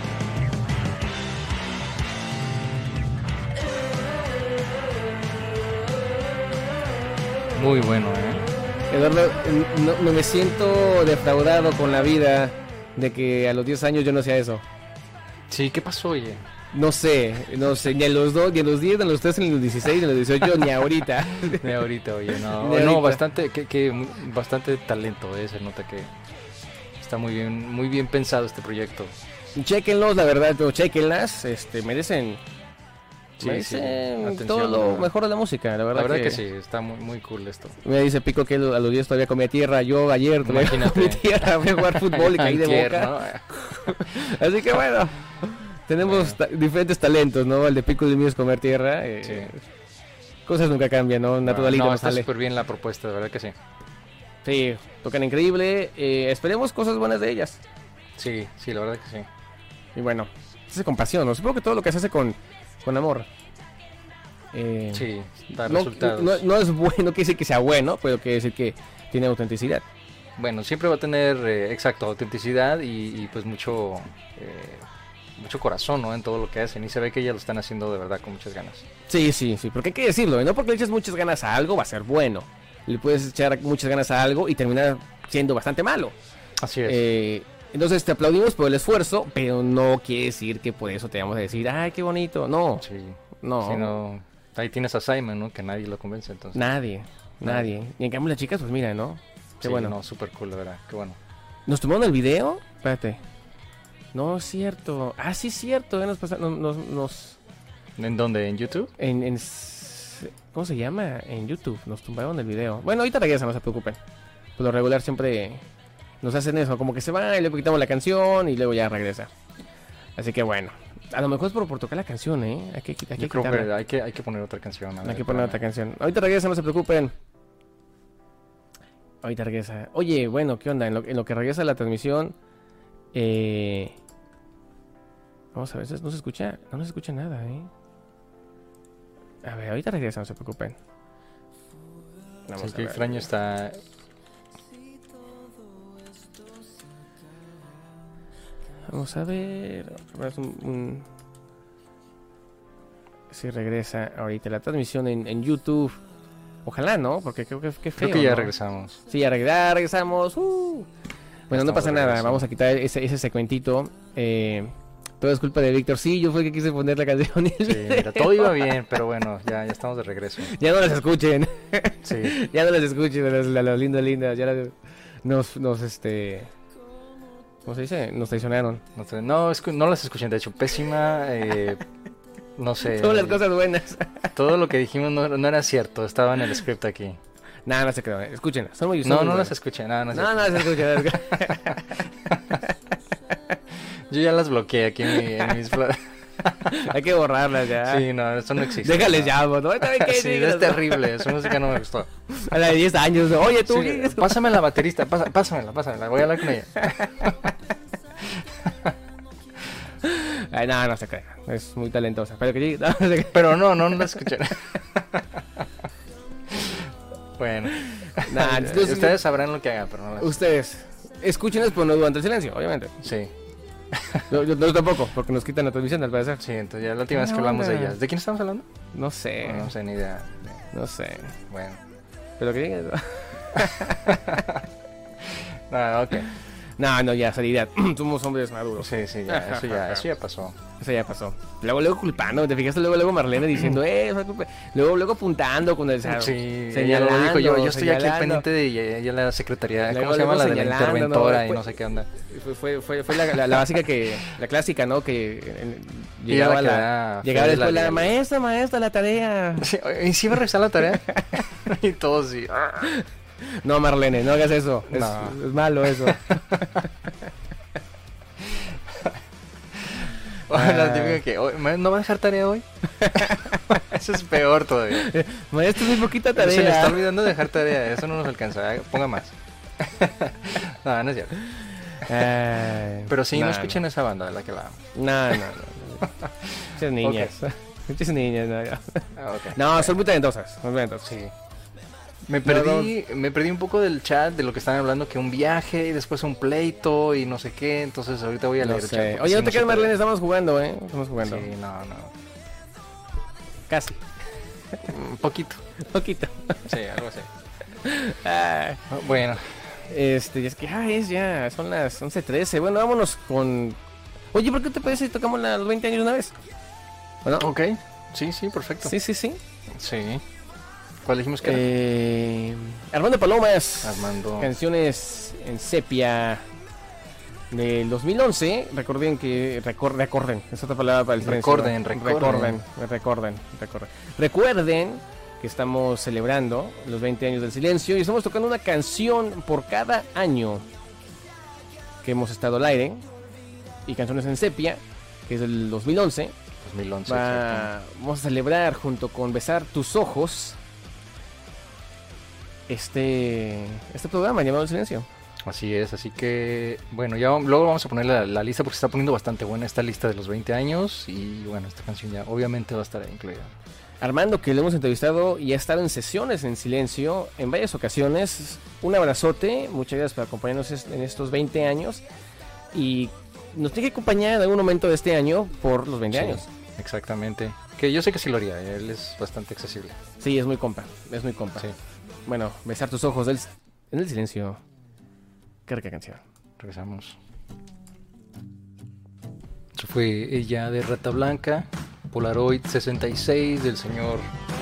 Muy bueno, ¿eh? Eduardo, no, no me siento defraudado con la vida de que a los diez años yo no hacía eso. Sí, ¿qué pasó, oye? No sé, no sé, ni a los dos, ni a los diez, ni a los trece, ni a los dieciséis, ni a los dieciocho, ni ahorita. De ahorita, oye, no. De No, ahorita. bastante, que, que mu- bastante talento, ¿eh? Se nota que está muy bien, muy bien pensado este proyecto. Chéquenlos, la verdad, pero chéquenlas, este, merecen, Sí, merecen sí, atención, todo la lo verdad. mejor de la música, la verdad, La verdad que, sí, está muy, muy cool esto. Me dice Pico que él a los diez todavía comía tierra, yo ayer todavía Imagínate. comí tierra, fui a jugar fútbol y caí de Antier, boca. ¿no? Así que bueno, tenemos ta- diferentes talentos, ¿no? El de Pico y el mío es comer tierra. eh, Sí. Cosas nunca cambian, ¿no? Naturalito No, no está sale. súper bien la propuesta, de verdad que sí. Sí, tocan increíble. eh, esperemos cosas buenas de ellas. Sí, sí, la verdad que sí. Y bueno, se hace con pasión, ¿no? Supongo que todo lo que se hace con, con amor. Eh, Sí, da no, resultados. no, no es bueno, no quiere decir que sea bueno, pero quiere decir que tiene autenticidad. Bueno, siempre va a tener, eh, exacto, autenticidad y, y, pues mucho eh, mucho corazón, ¿no? En todo lo que hacen. Y se ve que ya lo están haciendo de verdad con muchas ganas. Sí, sí, sí, porque hay que decirlo, ¿eh? No porque le eches muchas ganas a algo va a ser bueno. Le puedes echar muchas ganas a algo y terminar siendo bastante malo. Así es. Eh, entonces te aplaudimos por el esfuerzo, pero no quiere decir que por eso te vamos a decir, ay, qué bonito. No, sí. no, Si no, ahí tienes a Simon, ¿no? Que nadie lo convence, entonces. nadie, nadie. Y en cambio las chicas, pues mira, ¿no? Qué Sí, bueno. no, súper cool, la verdad. Qué bueno. ¿Nos tomaron el video? Espérate. No, es cierto. Ah, sí, es cierto. Ya nos pasaron, nos, nos, ¿En dónde? ¿En YouTube? en, en, s- ¿cómo se llama? En YouTube. Nos tumbaron el video. Bueno, ahorita regresan, no se preocupen. Por lo regular siempre nos hacen eso. Como que se va y luego quitamos la canción y luego ya regresa. Así que bueno. A lo mejor es por, por tocar la canción, ¿eh? Hay que, hay que Yo creo quitarla. que hay, que hay que poner otra canción. a Hay ver, que poner espérame. otra canción. Ahorita regresa, no se preocupen. Ahorita regresa. Oye, bueno, ¿qué onda? En lo, en lo que regresa la transmisión. Eh... Vamos a ver, no se escucha. No, no se escucha nada, ¿eh? A ver, ahorita regresa, no se preocupen. Vamos Sí, a qué ver. extraño está. Vamos a ver. Vamos a ver un- un- Si regresa ahorita la transmisión en, en YouTube. Ojalá, ¿no? Porque creo que, que feo, Creo que ya ¿no? regresamos. Sí, ya reg- ya regresamos. uh. Bueno, no estamos pasa de nada. regreso. Vamos a quitar ese, ese segmentito. Eh, todo es culpa de Víctor. Sí, yo fue el que quise poner la canción. Sí, mira, todo iba bien, pero bueno, ya, ya estamos de regreso. Ya no las escuchen. Sí, Ya no las escuchen, las, las, las lindas, lindas. Ya las- nos, nos, este... ¿Cómo se dice? Nos traicionaron. no, sé, no, es que no las escuché, de hecho, pésima. Eh, no sé. Todas las cosas buenas. Todo lo que dijimos no, no era cierto, estaba en el script aquí. Nada, no se crean. Escúchenlas. Son muy son No, muy no buenas. las escuché, nada, no, es No, cierto. no las escuchen. no las escuchen. Yo ya las bloqueé aquí en, mi- en mis... pla- Hay que borrarlas ya. Sí, no, eso no existe. Déjales no. ya, ¿no? ¿Saben qué? Sí, Díganos, es ¿no? terrible, su música no me gustó. A la de diez años. ¿no? Oye, tú. Sí, ¿qué? pásame la baterista, pasa- pásamela, pásamela, voy a hablar con ella. Ay, no, no se crean. Es muy talentosa. Pero que sí, no, no se crean. Pero no, no, no la escuché. Bueno. Nah, entonces, ustedes sabrán lo que hagan, pero no las... Ustedes, escúchenos, pero no durante el silencio, obviamente. Sí. Yo, yo, yo tampoco, porque nos quitan la transmisión, al parecer. Sí, entonces ya la última vez que hablamos de ellas. ¿De quién estamos hablando? No sé. No, no sé, ni idea. No sé. Bueno. Pero que digas. No, ok. No, no, ya, seriedad. Somos hombres maduros. Sí, sí, ya, eso ya, eso ya pasó. Eso ya pasó. Luego, luego culpando, te fijaste luego, luego Marlene diciendo, eh, luego, luego apuntando con el sí, señalando. Lo dijo yo, yo estoy aquí al pendiente de ella, ella la secretaría, luego, ¿cómo se llama? La de la interventora, ¿no? Y no sé qué onda. Fue, fue, fue, fue la, la, la básica que, la clásica, ¿no? Que eh, llegaba la, la llegaba la escuela, la maestra, maestra, la tarea. Sí, ¿y si va a revisar la tarea? Y todos sí. No, Marlene, no hagas eso. Es, no. es malo eso. Bueno, típico que hoy, ¿no va a dejar tarea hoy? Eso es peor todavía. Maestro, muy poquita tarea. Se le está olvidando dejar tarea, eso no nos alcanza. Ponga más. No, no es cierto. Ay, pero sí, no, no escuchen no. esa banda de la que la amo. No, no, no. Muchas niñas. Okay. Muchas niñas, no. Ah, okay. No, son muy talentosas. Muy talentosas. Sí. Me perdí, no, no. me perdí un poco del chat de lo que estaban hablando, que un viaje y después un pleito y no sé qué, entonces ahorita voy a leer no el sé. chat. Oye, no te quedes, Marlene, estamos jugando, ¿eh? Estamos jugando. Sí, no, no. Casi. Un poquito. Poquito. Sí, algo así. Ah, bueno. Este, es que, ah, es ya, son las once trece. Bueno, vámonos con... Oye, ¿por qué te parece si tocamos los veinte años una vez? ¿Bueno? Ok, sí, sí, perfecto. Sí, sí, sí. Sí. ¿Cuál dijimos que era? Eh, Armando Palomas. Armando. Canciones en sepia del dos mil once. Recuerden que... Recor, recorden, es otra palabra para el silencio. Recorden, recorden. Recorden, recorden, recorden. Recuerden que estamos celebrando los veinte años del silencio y estamos tocando una canción por cada año que hemos estado al aire. Y Canciones en sepia, que es del dos mil once. dos mil once, Va, vamos a celebrar junto con Besar tus ojos este este programa llamado El Silencio. Así es, así que bueno, ya luego vamos a poner la, la lista porque se está poniendo bastante buena esta lista de los veinte años y bueno, esta canción ya obviamente va a estar incluida. Armando, que lo hemos entrevistado y ha estado en sesiones en silencio en varias ocasiones. Un abrazote, muchas gracias por acompañarnos en estos veinte años y nos tiene que acompañar en algún momento de este año por los veinte sí, años. Exactamente, que yo sé que sí lo haría, él es bastante accesible. Sí, es muy compa, es muy compa. Sí. Bueno, Besar tus ojos del, en el silencio. Qué rica canción. Regresamos. Eso fue Ella de Rata Blanca, Polaroid sesenta y seis del señor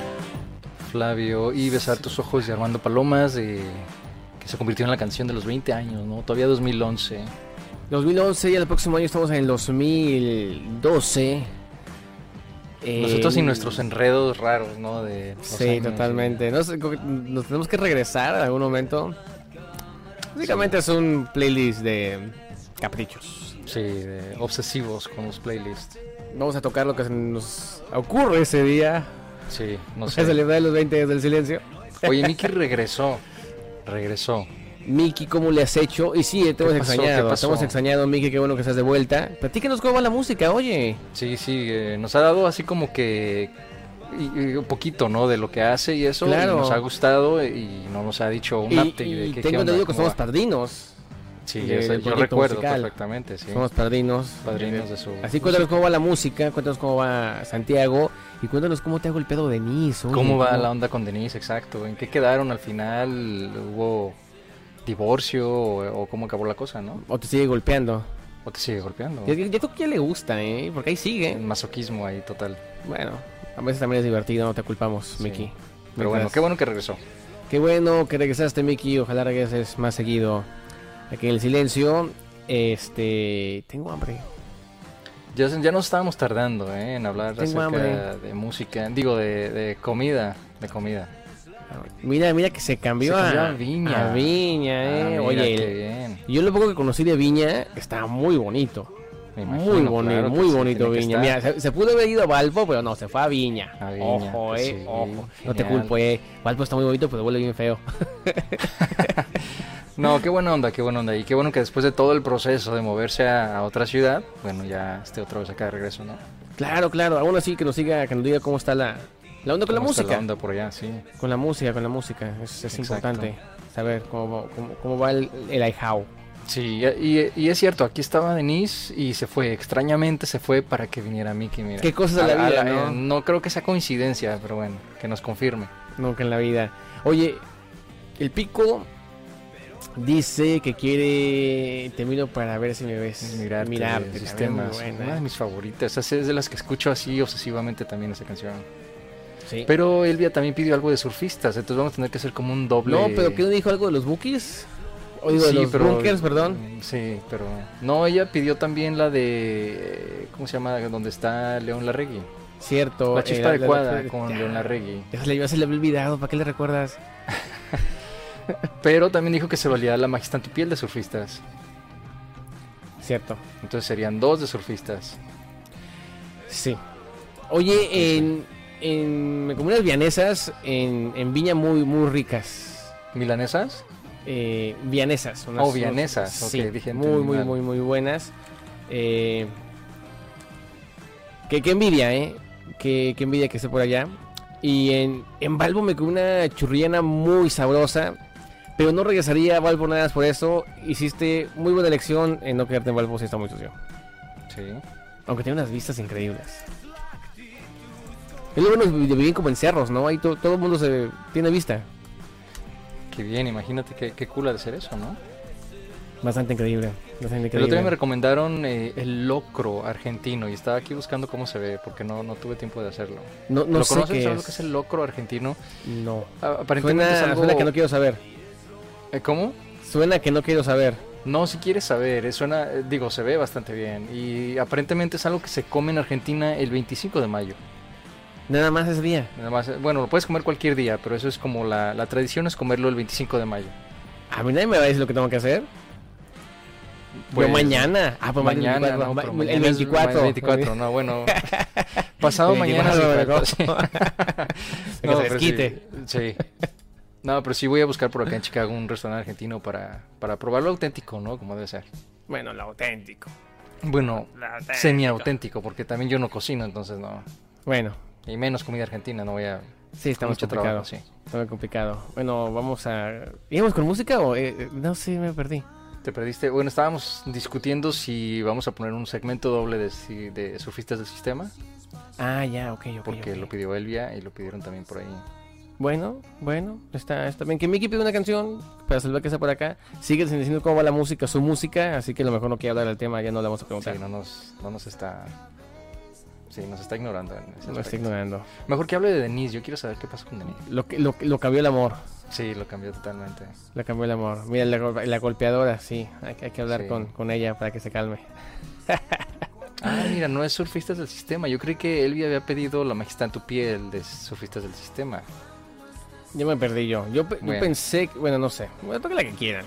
Flavio y Besar tus ojos de Armando Palomas, de, que se convirtió en la canción de los veinte años, ¿no? Todavía dos mil once. dos mil once y el próximo año estamos en el dos mil doce. Nosotros eh, y nuestros enredos raros, ¿no? De sí, años, totalmente. Nos, nos tenemos que regresar en algún momento. Básicamente sí. Es un playlist de caprichos. Sí, de obsesivos con los playlists. Vamos a tocar lo que se nos ocurre ese día. Sí, no sé. Es celebrar los veinte años del silencio. Oye, Miki regresó. Regresó. Miki, ¿cómo le has hecho? Y sí, te hemos extrañado. Te hemos extrañado, Miki, qué bueno que estás de vuelta. Platícanos cómo va la música, oye. Sí, sí, eh, nos ha dado así como que y, y un poquito, ¿no? De lo que hace y eso. Claro. Y nos ha gustado y no nos ha dicho un update y, de y qué, tengo entendido que somos va. padrinos. Sí, de, yo, yo recuerdo musical. Perfectamente, sí. Somos padrinos. Padrinos de su... Así cuéntanos cómo va la música, cuéntanos cómo va Santiago y cuéntanos cómo te hago el pedo de Denise. Oye, ¿Cómo va cómo... la onda con Denise? Exacto. ¿En qué quedaron al final? ¿Hubo divorcio o, o cómo acabó la cosa, no? ¿O te sigue golpeando? ¿O te sigue golpeando? Yo, yo creo que ya le gusta, ¿eh? Porque ahí sigue. El masoquismo ahí total. Bueno, a veces también es divertido, no te culpamos, sí. Miki. Pero bueno, qué bueno que regresó. Qué bueno que regresaste, Miki. Ojalá regreses más seguido aquí en El Silencio. Este... Tengo hambre. Ya, ya nos estábamos tardando, ¿eh? En hablar Tengo acerca hambre. de música. Digo, de, de comida. De comida. Mira, mira que se cambió, se cambió a, a Viña. A Viña, eh. Ah, mira, oye, qué bien. Yo lo poco que conocí de Viña estaba muy bonito. Imagino, muy bonito, claro muy sí, bonito Viña. Mira, se, se pudo haber ido a Valpo, pero no, se fue a Viña. A Viña ojo, pues eh, sí, ojo. genial. No te culpo, eh. Valpo está muy bonito, pero huele bien feo. No, qué buena onda, qué buena onda. Y qué bueno que después de todo el proceso de moverse a, a otra ciudad, bueno, ya esté otra vez acá de regreso, ¿no? Claro, claro. Aún así que nos siga, que nos diga cómo está la, La onda con la cómo está música. La onda por allá, sí. Con la música, con la música. Es, es Exacto. importante saber cómo, cómo, cómo va el, el I-How. Sí, y, y es cierto, aquí estaba Denise y se fue, extrañamente se fue para que viniera Miki, mira. Qué cosas de la A- a vida, la- ¿no? eh, No creo que sea coincidencia, pero bueno, que nos confirme. Nunca en la vida. Oye, el Pico dice que quiere te miro para ver si me ves. Mirarte, Mirarte, sistemas, también muy una buena. de mis favoritas, esa es de las que escucho así obsesivamente también esa canción. Sí. Pero Elvia también pidió algo de surfistas, entonces vamos a tener que hacer como un doble. No, pero ¿qué no dijo algo de los Bookies? O digo, de Sí, los pero- Bunkers, perdón. Sí, pero no, ella pidió también la de, ¿cómo se llama? Donde está León Larregui. Cierto. La eh, chispa adecuada la- con ya, León Larregui. Ya se le, ya se le había olvidado, ¿para qué le recuerdas? Pero también dijo que se valía la Majestad tu piel de surfistas. Cierto. Entonces serían dos de surfistas. Sí. Oye, en, en comunidades vianesas, en, en Viña muy, muy ricas. ¿Milanesas? Eh, vianesas. Oh, vianesas, ok, Sí, dije, muy, entendí muy, mal. muy, muy buenas. Eh, que, que envidia, ¿eh? Que, que envidia que esté por allá. Y en, en Valvo me comí una churriana muy sabrosa. Pero no regresaría a Valvo nada más por eso. Hiciste muy buena elección en no quedarte en Valvo si está muy sucio. Sí. Aunque tiene unas vistas increíbles. Es lo bueno de vivir como en cerros, ¿no? Ahí to- todo el mundo se tiene vista. Qué bien, imagínate qué, qué cool ha de ser eso, ¿no? Bastante increíble. Bastante El increíble. otro día me recomendaron eh, el locro argentino y estaba aquí buscando cómo se ve porque no, no tuve tiempo de hacerlo. No, no ¿Lo sé conoces? qué ¿Sabes lo es. que es el locro argentino? No. Ah, aparentemente Suena, es algo... suena que no quiero saber. Eh, ¿Cómo? Suena que no quiero saber. No, si quieres saber, eh, suena, eh, digo, se ve bastante bien y aparentemente es algo que se come en Argentina el veinticinco de mayo. Nada más ese día. Nada más, eh, bueno, lo puedes comer cualquier día, pero eso es como la, la tradición es comerlo el veinticinco de mayo. A mí nadie me va a decir lo que tengo que hacer. Pues, Yo mañana. Ah, pues mañana, mañana. no, pero el mañana es- veinticuatro. el veinticuatro, no, bueno. Pasado mañana sí veinticuatro, falta, sí. Que No, se pero desquite. Sí, sí. No, pero sí voy a buscar por acá en Chicago un restaurante argentino para, para probarlo auténtico, ¿no? Como debe ser. Bueno, lo auténtico. Bueno, Lo auténtico. semi-auténtico, porque también yo no cocino, entonces no. Bueno, Y menos comida argentina, no voy a... sí, está muy mucho complicado. trabajo, sí. Está muy complicado. Bueno, vamos a... ¿Íbamos con música o...? eh, eh, no sé, me perdí. ¿Te perdiste? Bueno, estábamos discutiendo si vamos a poner un segmento doble de, si- de surfistas del sistema, Ah, ya, ok, ok. porque ok. lo pidió Elvia y lo pidieron también por ahí. Bueno, bueno, está, está bien. Que Mickey pide una canción para salvar que está por acá. Sigue diciendo cómo va la música, su música, así que a lo mejor no quiere hablar del tema, ya no le vamos a preguntar. Sí, no nos, no nos está... Sí, nos está ignorando en ese No está aspecto. ignorando. Mejor que hable de Denise, yo quiero saber qué pasó con Denise. Lo, que- lo, lo cambió el amor. Sí, lo cambió totalmente. Lo cambió el amor. Mira, la, gol- la golpeadora, sí. Hay, que- hay que hablar Sí. con, con ella para que se calme. Ah, mira, no es surfistas del sistema. Yo creí que Elvia había pedido la majestad en tu piel de surfistas del sistema. Ya me perdí yo. Yo, pe- yo Bueno. pensé, que- bueno, no sé. Bueno, toque la que quieran.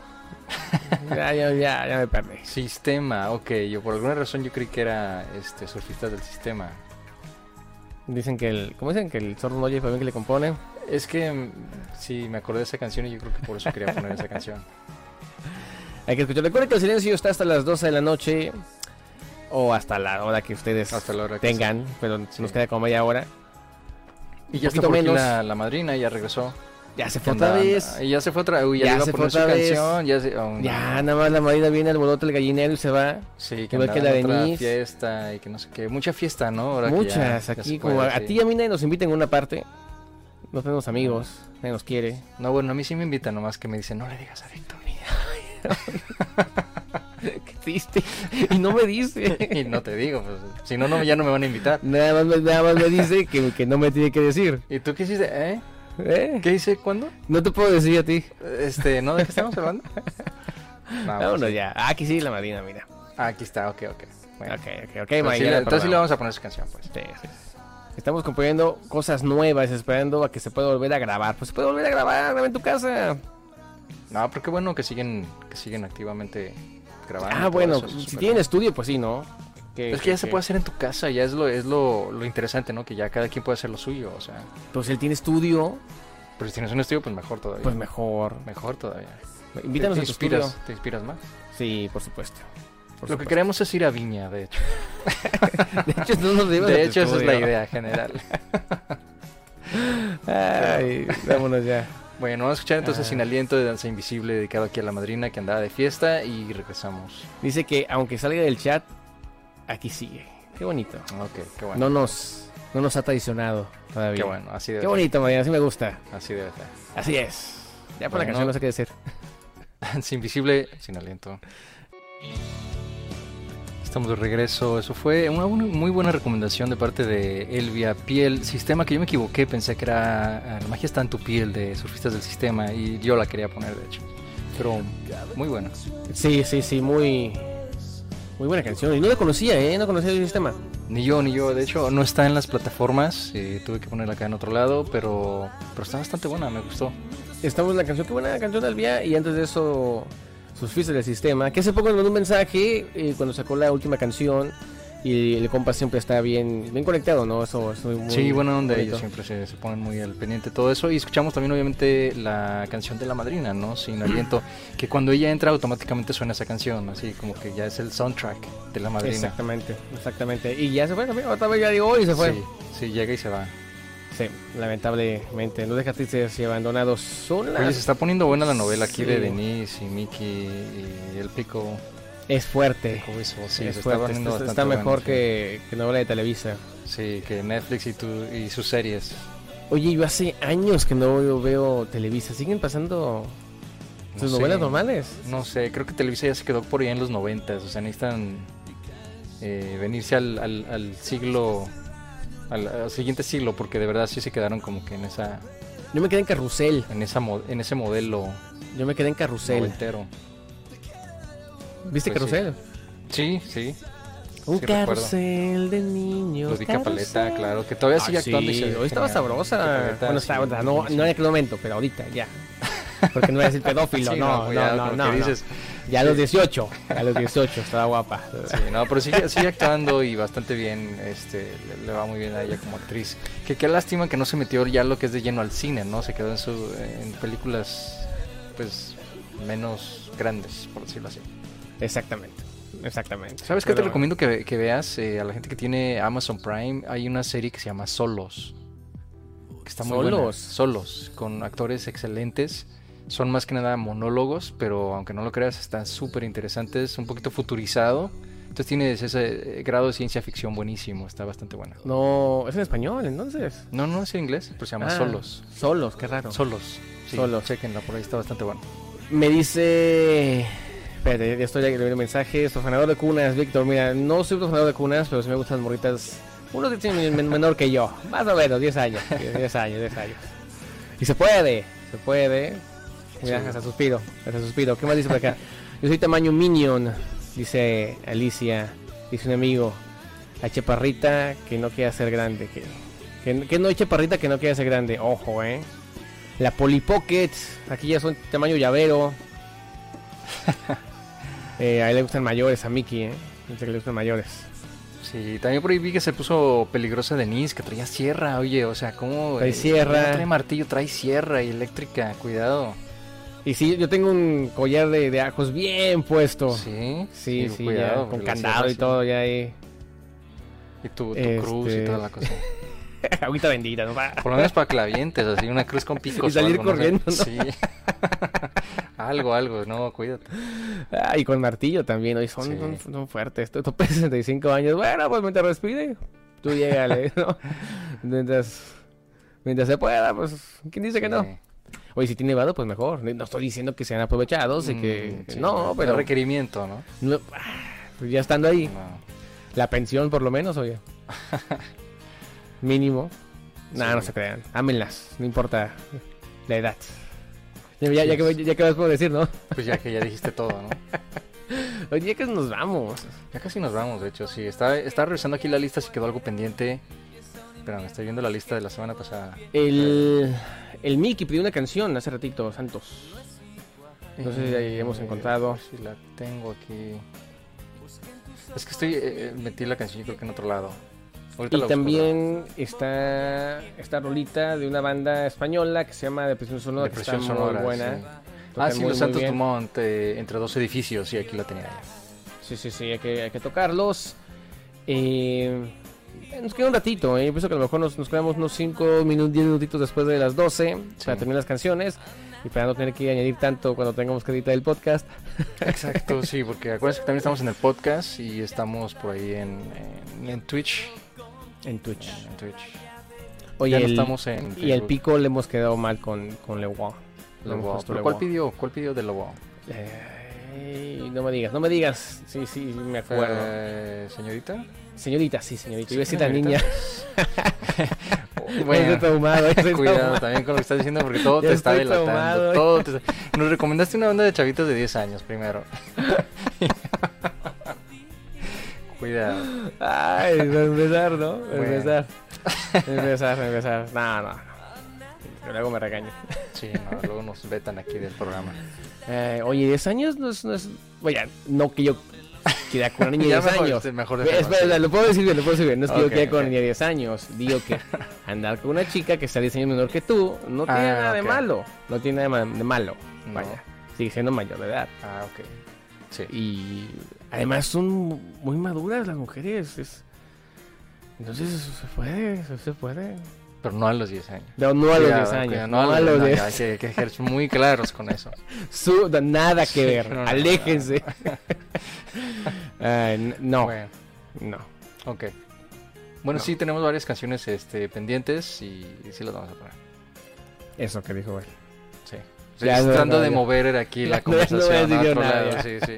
ya, ya, ya, ya me perdí. Sistema, ok. Yo por alguna razón yo creí que era este surfistas del sistema. Dicen que el, ¿cómo dicen? Que el sordo no oye para bien que le compone. Es que mm, sí, me acordé de esa canción y yo creo que por eso quería poner esa canción. Hay que escuchar. Recuerden que el silencio está hasta las doce de la noche. O hasta la hora que ustedes Hasta la hora que tengan. Pero Sí. nos queda como media hora. Y ya está poquito por aquí menos. la, la madrina, ya regresó. Ya se Que fue otra anda- vez. Y ya se fue otra uy, ya, Ya le iba se a poner fue su otra vez. canción. Ya, se, oh, no. Ya, nada más la marina viene al bolote el gallinero y se va. Sí, que igual que andaba la en otra Denise. fiesta y que no sé qué. Mucha fiesta, ¿no? Ahora que ya- Muchas ya aquí. se Como puede, a, a sí. ti y a mí nadie nos invita en una parte. No tenemos amigos. Nadie nos quiere. No, bueno, a mí sí me invitan, nomás que me dicen, no le digas a Víctor. Qué triste. Y no me dice. Y no te digo, pues, si no, no, ya no me van a invitar. Nada más, me- nada más me dice que, que no me tiene que decir. ¿Y tú qué hiciste? ¿Eh? ¿Eh? ¿Qué hice? ¿Cuándo? No te puedo decir a ti. Este, ¿no? ¿De qué estamos hablando? No, Vámonos pues, ya. Ah, aquí sí, la Marina, mira. Ah, aquí está, ok, ok. Bueno, Ok, ok, ok, entonces, Marina. sí, ya le- la entonces sí le perdonamos. vamos a poner su canción, pues. Sí, sí. Estamos componiendo cosas nuevas, esperando a que se pueda volver a grabar. Pues se puede volver a grabar, graba en tu casa. No, pero qué bueno que siguen, que siguen activamente grabando. y Ah, todo bueno, eso, eso es si súper tienen bien. estudio, pues sí, ¿no? Que, Es que ya se puede hacer en tu casa, ya es lo, es lo, lo interesante, ¿no? Que ya cada quien puede hacer lo suyo, o sea. Pues él tiene estudio, Pero si tienes un estudio, pues mejor todavía. pues mejor. Mejor todavía. Invítanos te, a te tu inspiras, estudio. te inspiras más. Sí, por supuesto. Por Lo que supuesto. queremos es ir a Viña, de hecho. De hecho, no nos llevas a De tu hecho, esa es la estudio. idea general. Ay, vámonos ya. Bueno, vamos a escuchar entonces Ah. Sin Aliento de Danza Invisible, dedicado aquí a la madrina que andaba de fiesta, y regresamos. Dice que aunque salga del chat, aquí sigue. Qué bonito. Ok, qué bueno. No nos, no nos ha traicionado todavía. Qué bueno, así debe Qué ser. bonito, Mariana, así me gusta. Así debe ser. Así es. Ya por la Bueno. canción no sé qué decir. Danza Invisible, Sin Aliento. Estamos de regreso. Eso fue una, una muy buena recomendación de parte de Elvia Piel Sistema, que yo me equivoqué, pensé que era La magia está en tu piel, de Surfistas del Sistema, y yo la quería poner, de hecho. Pero muy buena. Sí, sí, sí, muy... Muy buena canción. Y no la conocía, ¿eh? No conocía el sistema. Ni yo, ni yo. De hecho, no está en las plataformas. Eh, tuve que ponerla acá en otro lado, pero, pero está bastante buena, me gustó. Estamos en la canción, qué buena canción de Elvia. Y antes de eso, sus fiestas del sistema. Que hace poco me mandó un mensaje eh, cuando sacó la última canción. Y el compa siempre está bien, bien conectado, ¿no? Eso es muy, muy Sí, buena onda, bonito. ellos siempre se, se ponen muy al pendiente de todo eso. Y escuchamos también, obviamente, la canción de la madrina, ¿no? Sin Aliento, que cuando ella entra automáticamente suena esa canción, así como que ya es el soundtrack de la madrina. Exactamente, exactamente. Y ya se fue también, otra vez ya llegó y se fue. Sí, sí, llega y se va. Sí, lamentablemente. No deja tristes y abandonados. Son las... Oye, se está poniendo buena la novela aquí Sí. de Denise y Mickey y el Pico. Es fuerte. Pico Hueso, sí, es se fuerte. poniendo Está, bastante está mejor bueno, sí. que, que novela de Televisa. Sí, que Netflix y, tu, y sus series. Oye, yo hace años que no veo Televisa. ¿Siguen pasando No sus sé, novelas normales? No sé, creo que Televisa ya se quedó por allá en los noventas. O sea, necesitan eh, venirse al, al, al siglo, al, al siguiente siglo, porque de verdad sí se quedaron como que en esa, Yo me quedé en Carrusel. en esa, mo- en ese modelo Yo me quedé en Carrusel. noventero. ¿Viste Pues Carrusel? Sí, sí. Un sí recuerdo. carrusel de niños. Ludica carrusel. Paleta, claro, que todavía sigue Ah, actuando. y sí, se hoy estaba genial. sabrosa. Ludica Paleta, Bueno, sí, estaba, no, buenísimo. no en aquel momento, pero ahorita ya. Porque no es el pedófilo, Sí, no, no, cuidado no, con lo no, que no. dices. Ya a los dieciocho, a los dieciocho estaba guapa. Sí, no, pero sigue, sigue actuando y bastante bien, este, le, le va muy bien a ella como actriz. Que qué lástima que no se metió ya lo que es de lleno al cine, ¿no? Se quedó en su, en películas, pues, menos grandes, por decirlo así. Exactamente, exactamente. ¿Sabes qué te Pero- recomiendo que, que veas? Eh, a la gente que tiene Amazon Prime, hay una serie que se llama Solos. Que está muy buena. ¿Solos? Solos, con actores excelentes. Son más que nada monólogos, pero aunque no lo creas, están súper interesantes, un poquito futurizado. Entonces tienes ese eh, grado de ciencia ficción buenísimo, está bastante buena. No, es en español, entonces. No, no es en inglés, pero se llama Ah, Solos. Solos, qué raro. Solos. Sí, Solos. Chequenla, por ahí está bastante bueno. Me dice... Espérate, ya estoy ya leyendo mensajes. Profanador de cunas, Víctor. Mira, no soy profanador de cunas, pero sí me gustan morritas. Uno que tiene men- menor que yo. Más o menos, diez años. diez años, diez años. Y se puede, se puede. Mira, Sí. hasta suspiro, hasta suspiro. ¿Qué más dice por acá? Yo soy tamaño Minion, dice Alicia. Dice un amigo. Hay chaparrita que no quiere ser grande. Que, que, que no hay chaparrita que no quiere ser grande. Ojo, eh. La Polly Pocket. Aquí ya son tamaño llavero. Eh, a él le gustan mayores, a Mickey, ¿eh? Dice que le gustan mayores. Sí, también por ahí vi que se puso peligrosa Denise, que traía sierra, oye, o sea, ¿cómo? Trae eh, sierra. no trae martillo, trae sierra y eléctrica, cuidado. Y sí, yo tengo un collar de, de ajos bien puesto. Sí, Sí, digo, sí, cuidado, ya, con porque la candado sierra y sí. todo, ya ahí. Y tu, tu Este- cruz y toda la cosa. Agüita bendita, ¿no? Por lo menos para que la avientes, así una cruz con picos. Y salir o algo, corriendo, ¿no? ¿no? Sí. algo, algo, no, cuídate. Ah, y con martillo también, hoy son, Sí. son, son fuertes. Tú topes sesenta y cinco años, bueno, pues mientras respire, tú llégale, ¿no? Mientras, mientras se pueda, pues, ¿quién dice que no? Sí. Oye, si tiene vado, pues mejor. No estoy diciendo que sean aprovechados y que... Mm, sí, no, de pero... requerimiento, ¿no? no, ah, pues ya estando ahí, No. la pensión por lo menos, oye. Mínimo. Nada, Sí. no se crean. Ámenlas, no importa la edad. Ya, ya, ya, que, ya que vas por decir, ¿no? Pues ya que ya dijiste todo, ¿no? Oye, ya que nos vamos. Ya casi nos vamos, de hecho, sí. Está, está revisando aquí la lista si quedó algo pendiente. Espera, me estoy viendo la lista de la semana pasada. El, el Mickey pidió una canción hace ratito, Santos. No sé si ahí hemos encontrado. Si la tengo aquí. Es que estoy. Eh, metí la canción, yo creo que en otro lado. Ahorita Y la busco, también está esta rolita de una banda española que se llama Depresión Sonora, que Depresión está Sonora, muy buena. sí. Tocan Ah, sí, muy, los muy Santos bien. Dumont, eh, entre dos edificios, sí, aquí la tenía. Sí, sí, sí, hay que, hay que tocarlos. Eh, Nos queda un ratito, ¿eh? Yo pienso que a lo mejor nos, nos quedamos unos cinco minutos, diez minutitos después de las doce sí. para terminar las canciones y para no tener que añadir tanto cuando tengamos que editar el podcast. Exacto, sí, porque acuérdense que también estamos en el podcast y estamos por ahí en, en, en Twitch. En Twitch. En Twitch. Oye, ya no el, estamos en y el pico le hemos quedado mal con, con Le Wow. ¿Pero cuál pidió? ¿Cuál pidió de Le Wow? Eh, no me digas, no me digas. Sí, sí, me acuerdo. Eh, ¿Señorita? Señorita, sí, señorita. Sí, iba a decir la niña. Bueno, estoy traumado, estoy cuidado traumado. también con lo que estás diciendo porque todo Ya te está estoy delatando. traumado. Todo te... Nos recomendaste una banda de chavitos de diez años primero. Cuidado. Ay, empezar, ¿no? Bueno. Empezar. Empezar, empezar. No, no, no. Luego me regaño. Sí, no, luego nos vetan aquí del programa. Eh, oye, diez años no es... No es... Oye, no que yo quiera con una niña de Ya diez mejor, años. mejor Espera, dejemos, espera, sí. lo puedo decir bien, lo puedo decir bien. No es que yo Ok, quiera con ok. una niña de diez años. Digo que andar con una chica que está diez años menor que tú no tiene Ah, nada de ok. malo. No tiene nada de malo. No. Vaya, sigue siendo mayor de edad. Ah, ok. Sí. Y además son muy maduras las mujeres. Es... Entonces eso se puede, eso se puede. Pero no a los diez años. No, no a los Cuidado, diez años. cuidado, No a los no, diez. ya, hay que, hay que ser muy claros con eso. Su- nada que Sí, ver. no, no, Aléjense. Ay, n- no, Bueno, no. ok. Bueno, No. sí, tenemos varias canciones este, pendientes y, y sí las vamos a poner. Eso que dijo él. Sí. Ya, Estoy no, tratando no, de ya. mover aquí Ya, la no, conversación no voy a a decir otro nada, lado. ya. Sí, sí.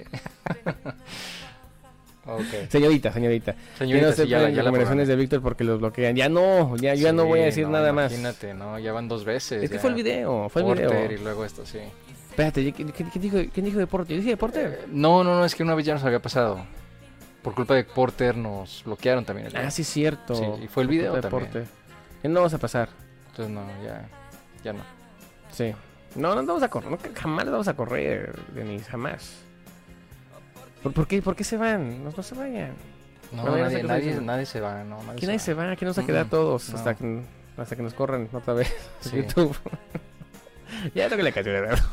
Ok. Señorita, señorita. Señorita, ya no se sí, ya la- ponen ya la recomendaciones programé. de Víctor porque los bloquean. Ya no, ya, yo ya no voy a Sí, decir no, nada más. Imagínate, ¿no? Ya van dos veces. Es que ya. fue el video, fue el Porter video. y luego esto, sí. Espérate, ¿quién, quién- quién dijo, ¿quién dijo deporte? Yo dije deporte. Eh, no, no, no, es que una vez ya nos había pasado. Por culpa de Porter nos bloquearon también el video. Ah, sí, cierto. Sí, y fue el video Deporte, también. deporte. Ya no vamos a pasar. Entonces no, ya, ya no. Sí. No, no vamos a correr. No, jamás vamos a correr, Denis, jamás. ¿Por, por, qué, ¿Por qué se van? No, no se vayan. No, Bueno, ya nadie, sé que nadie, se- nadie se va, no, nadie Aquí nadie se va, aquí nos vamos a Mm, quedar todos no. hasta, que, hasta que nos corran otra vez en Sí. YouTube. Ya lo que le cayó de verdad.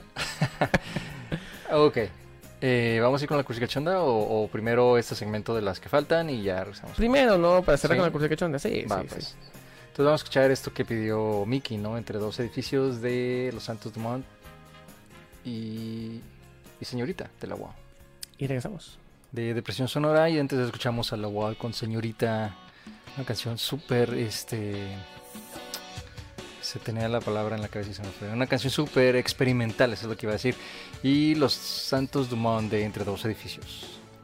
Ok. Eh, ¿Vamos a ir con la cursica chonda o, o primero este segmento de las que faltan y ya regresamos? Primero, ¿no? Para cerrar Sí. con la cursa que chonda. Sí, Va, sí, pues. sí. Entonces vamos a escuchar esto que pidió Mickey, ¿no? Entre dos edificios de Los Santos Dumont y, y Señorita de la U A. Y regresamos. De Depresión Sonora y antes escuchamos a la U A con Señorita, una canción súper, este... Se tenía la palabra en la cabeza y se me fue. Una canción súper experimental, eso es lo que iba a decir. Y Los Santos Dumont de Entre Dos Edificios.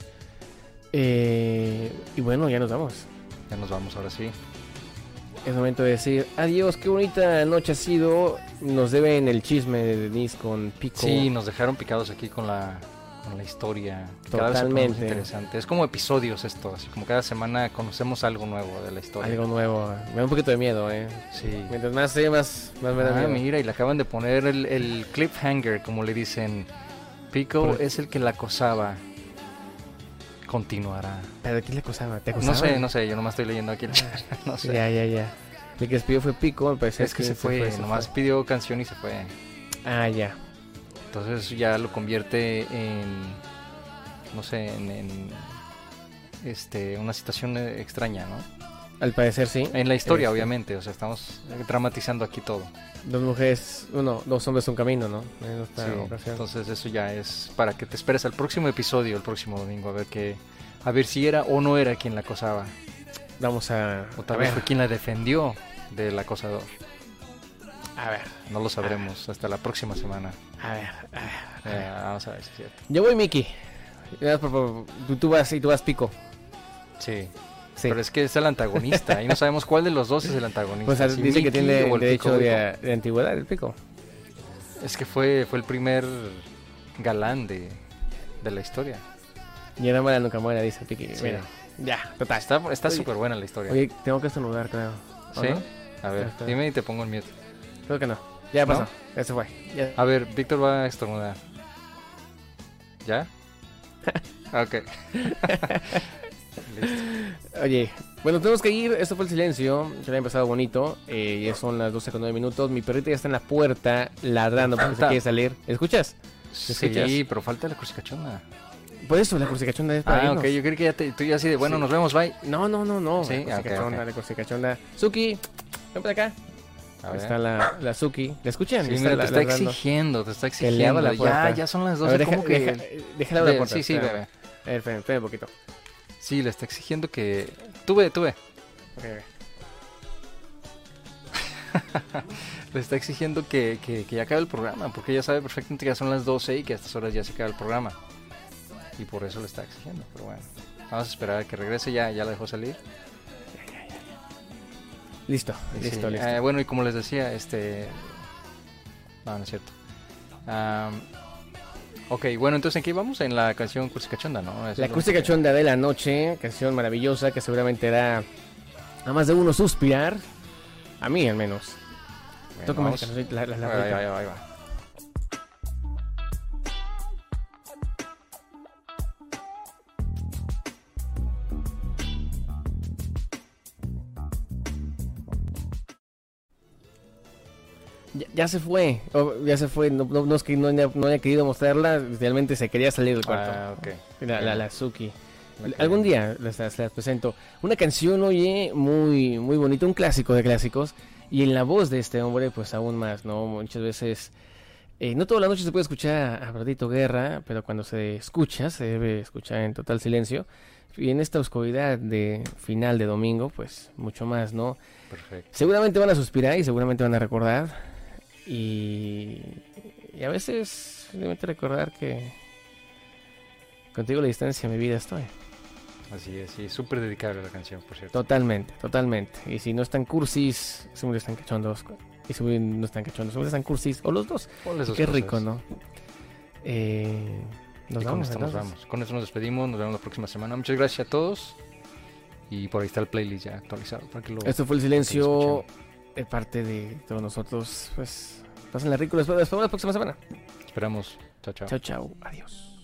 Eh, y bueno, ya nos vamos. Ya nos vamos ahora sí. Es momento de decir adiós, qué bonita noche ha sido. Nos deben el chisme de Denise con Pico. Sí, nos dejaron picados aquí con la, con la historia. Cada vez se pone más Totalmente. interesante. Es como episodios esto, así como cada semana conocemos algo nuevo de la historia. Algo nuevo. Me da un poquito de miedo, eh. Sí. Mientras más sé, más, más me da Ah, miedo. mira, y le acaban de poner el, el cliffhanger, como le dicen. Pico Por- es el que la acosaba. Continuará. ¿Pero quién le acosaba? ¿Te No acosaba? sé, no sé, yo nomás estoy leyendo aquí el chat. No sé. Ya, ya, ya. El que despidió fue Pico, me parece Es que se fue, se nomás fue. pidió canción y se fue. Ah, ya. Entonces ya lo convierte en, no sé, en, en, este, una situación eh, extraña, ¿no? Al parecer sí. En la historia, Este, obviamente, o sea, estamos dramatizando aquí todo. Dos mujeres, uno, dos hombres, un camino, ¿no? En esta Sí, ocasión. entonces eso ya es para que te esperes al próximo episodio, el próximo domingo, a ver qué, a ver si era o no era quien la acosaba, Vamos a. o tal a vez ver. fue quien la defendió del acosador. A ver, No lo sabremos hasta la próxima semana. a ver, a ver. Eh, vamos a ver si es cierto. Yo voy, Mickey. Ya, por favor, Tú, tú vas y tú vas Pico. Sí. Sí. Pero es que es el antagonista y no sabemos cuál de los dos es el antagonista. Pues si dice que Mickey tiene o el derecho Pico de, Rico. de antigüedad el Pico. Es que fue, fue el primer galán de, de la historia. Y no muera nunca muera, dice Piqui. Sí. Mira. Ya, total. Está está Oye, súper buena la historia. Oye, tengo que estornudar, creo. ¿O ¿Sí? no? A ver, Está. dime y te pongo el mute. Creo que no. Ya ¿No? pasó. Ya se fue. Ya. A ver, Víctor va a estornudar. ¿Ya? Ok. Listo. Oye, bueno, tenemos que ir. Esto fue el silencio. Se le ha empezado bonito. Eh, ya son las doce con nueve minutos. Mi perrita ya está en la puerta ladrando porque se Falta. quiere salir. ¿Escuchas? Sí, escuchas? pero falta la crucicachona. Por eso la cursicachonda es para Ah, irnos. ok, yo creo que ya te, tú ya así de, bueno, Sí. nos vemos, bye. No, no, no, no. Sí, la ok, cursicachonda, ok. la cursicachonda. Suki, ven para acá. A Ahí ver. está la, la Suki. ¿La escuchan? Sí, Está mira, te está ladrando. exigiendo, te está Que le abra exigiendo. la puerta. Ya, ya son las A doce, ver, deja, ¿cómo que...? deja, déjala abrir la Ve, puerta. sí, sí, espérame. bebé. A ver, espérame, espérame un poquito. Sí, le está exigiendo que... Tú ve, tú ve. Ok, ok. Le está exigiendo que, que, que ya acabe el programa, porque ella sabe perfectamente que ya son las doce y que a estas horas ya se acaba el programa. Y por eso le está exigiendo, pero bueno. Vamos a esperar a que regrese, ya, ya la dejó salir. Listo, Y listo, sí, listo. eh, bueno, y como les decía, este... No, no es cierto. Am, ok, bueno, entonces ¿en qué íbamos? En la canción Cursi Cachonda, ¿no? Eso La es lo Cursi que- Cachonda de la Noche, canción maravillosa que seguramente hará a más de uno suspirar. A mí, al menos. Bueno, Tócame la vamos. canción, la, la, la Ahí va, ahí rolita. va, ahí va. Ya, ya se fue, oh, ya se fue. No, no, no es que no haya, no haya querido mostrarla, realmente se quería salir del cuarto. Ah, ok. La, la, la Suki. Ok. Algún día les, las las presento. Una canción, oye, muy, muy bonita, un clásico de clásicos. Y en la voz de este hombre, pues aún más, ¿no? Muchas veces, eh, no toda la noche se puede escuchar a Bradito Guerra, pero cuando se escucha, se debe escuchar en total silencio. Y en esta oscuridad de final de domingo, pues mucho más, ¿no? Perfecto. Seguramente van a suspirar y seguramente van a recordar. Y, y a veces simplemente recordar que contigo a la distancia mi vida estoy. Así es, sí, súper dedicable la canción, por cierto. Totalmente, totalmente. Y si no están cursis, seguro están cachondos. Y si no están cachondos, seguro están cursis. O los dos. Ponle sus Qué cosas. rico, ¿no? Eh, nos Y con vamos, esto nos entonces. vamos. Con esto nos despedimos, nos vemos la próxima semana. Muchas gracias a todos. Y por ahí está el playlist ya actualizado. Para que lo, Esto fue el para que lo silencio escuchen. de parte de todos nosotros. Pues, pásenla rico. Les vemos la próxima semana. Esperamos. Chao, chao. Chao, chao. Adiós.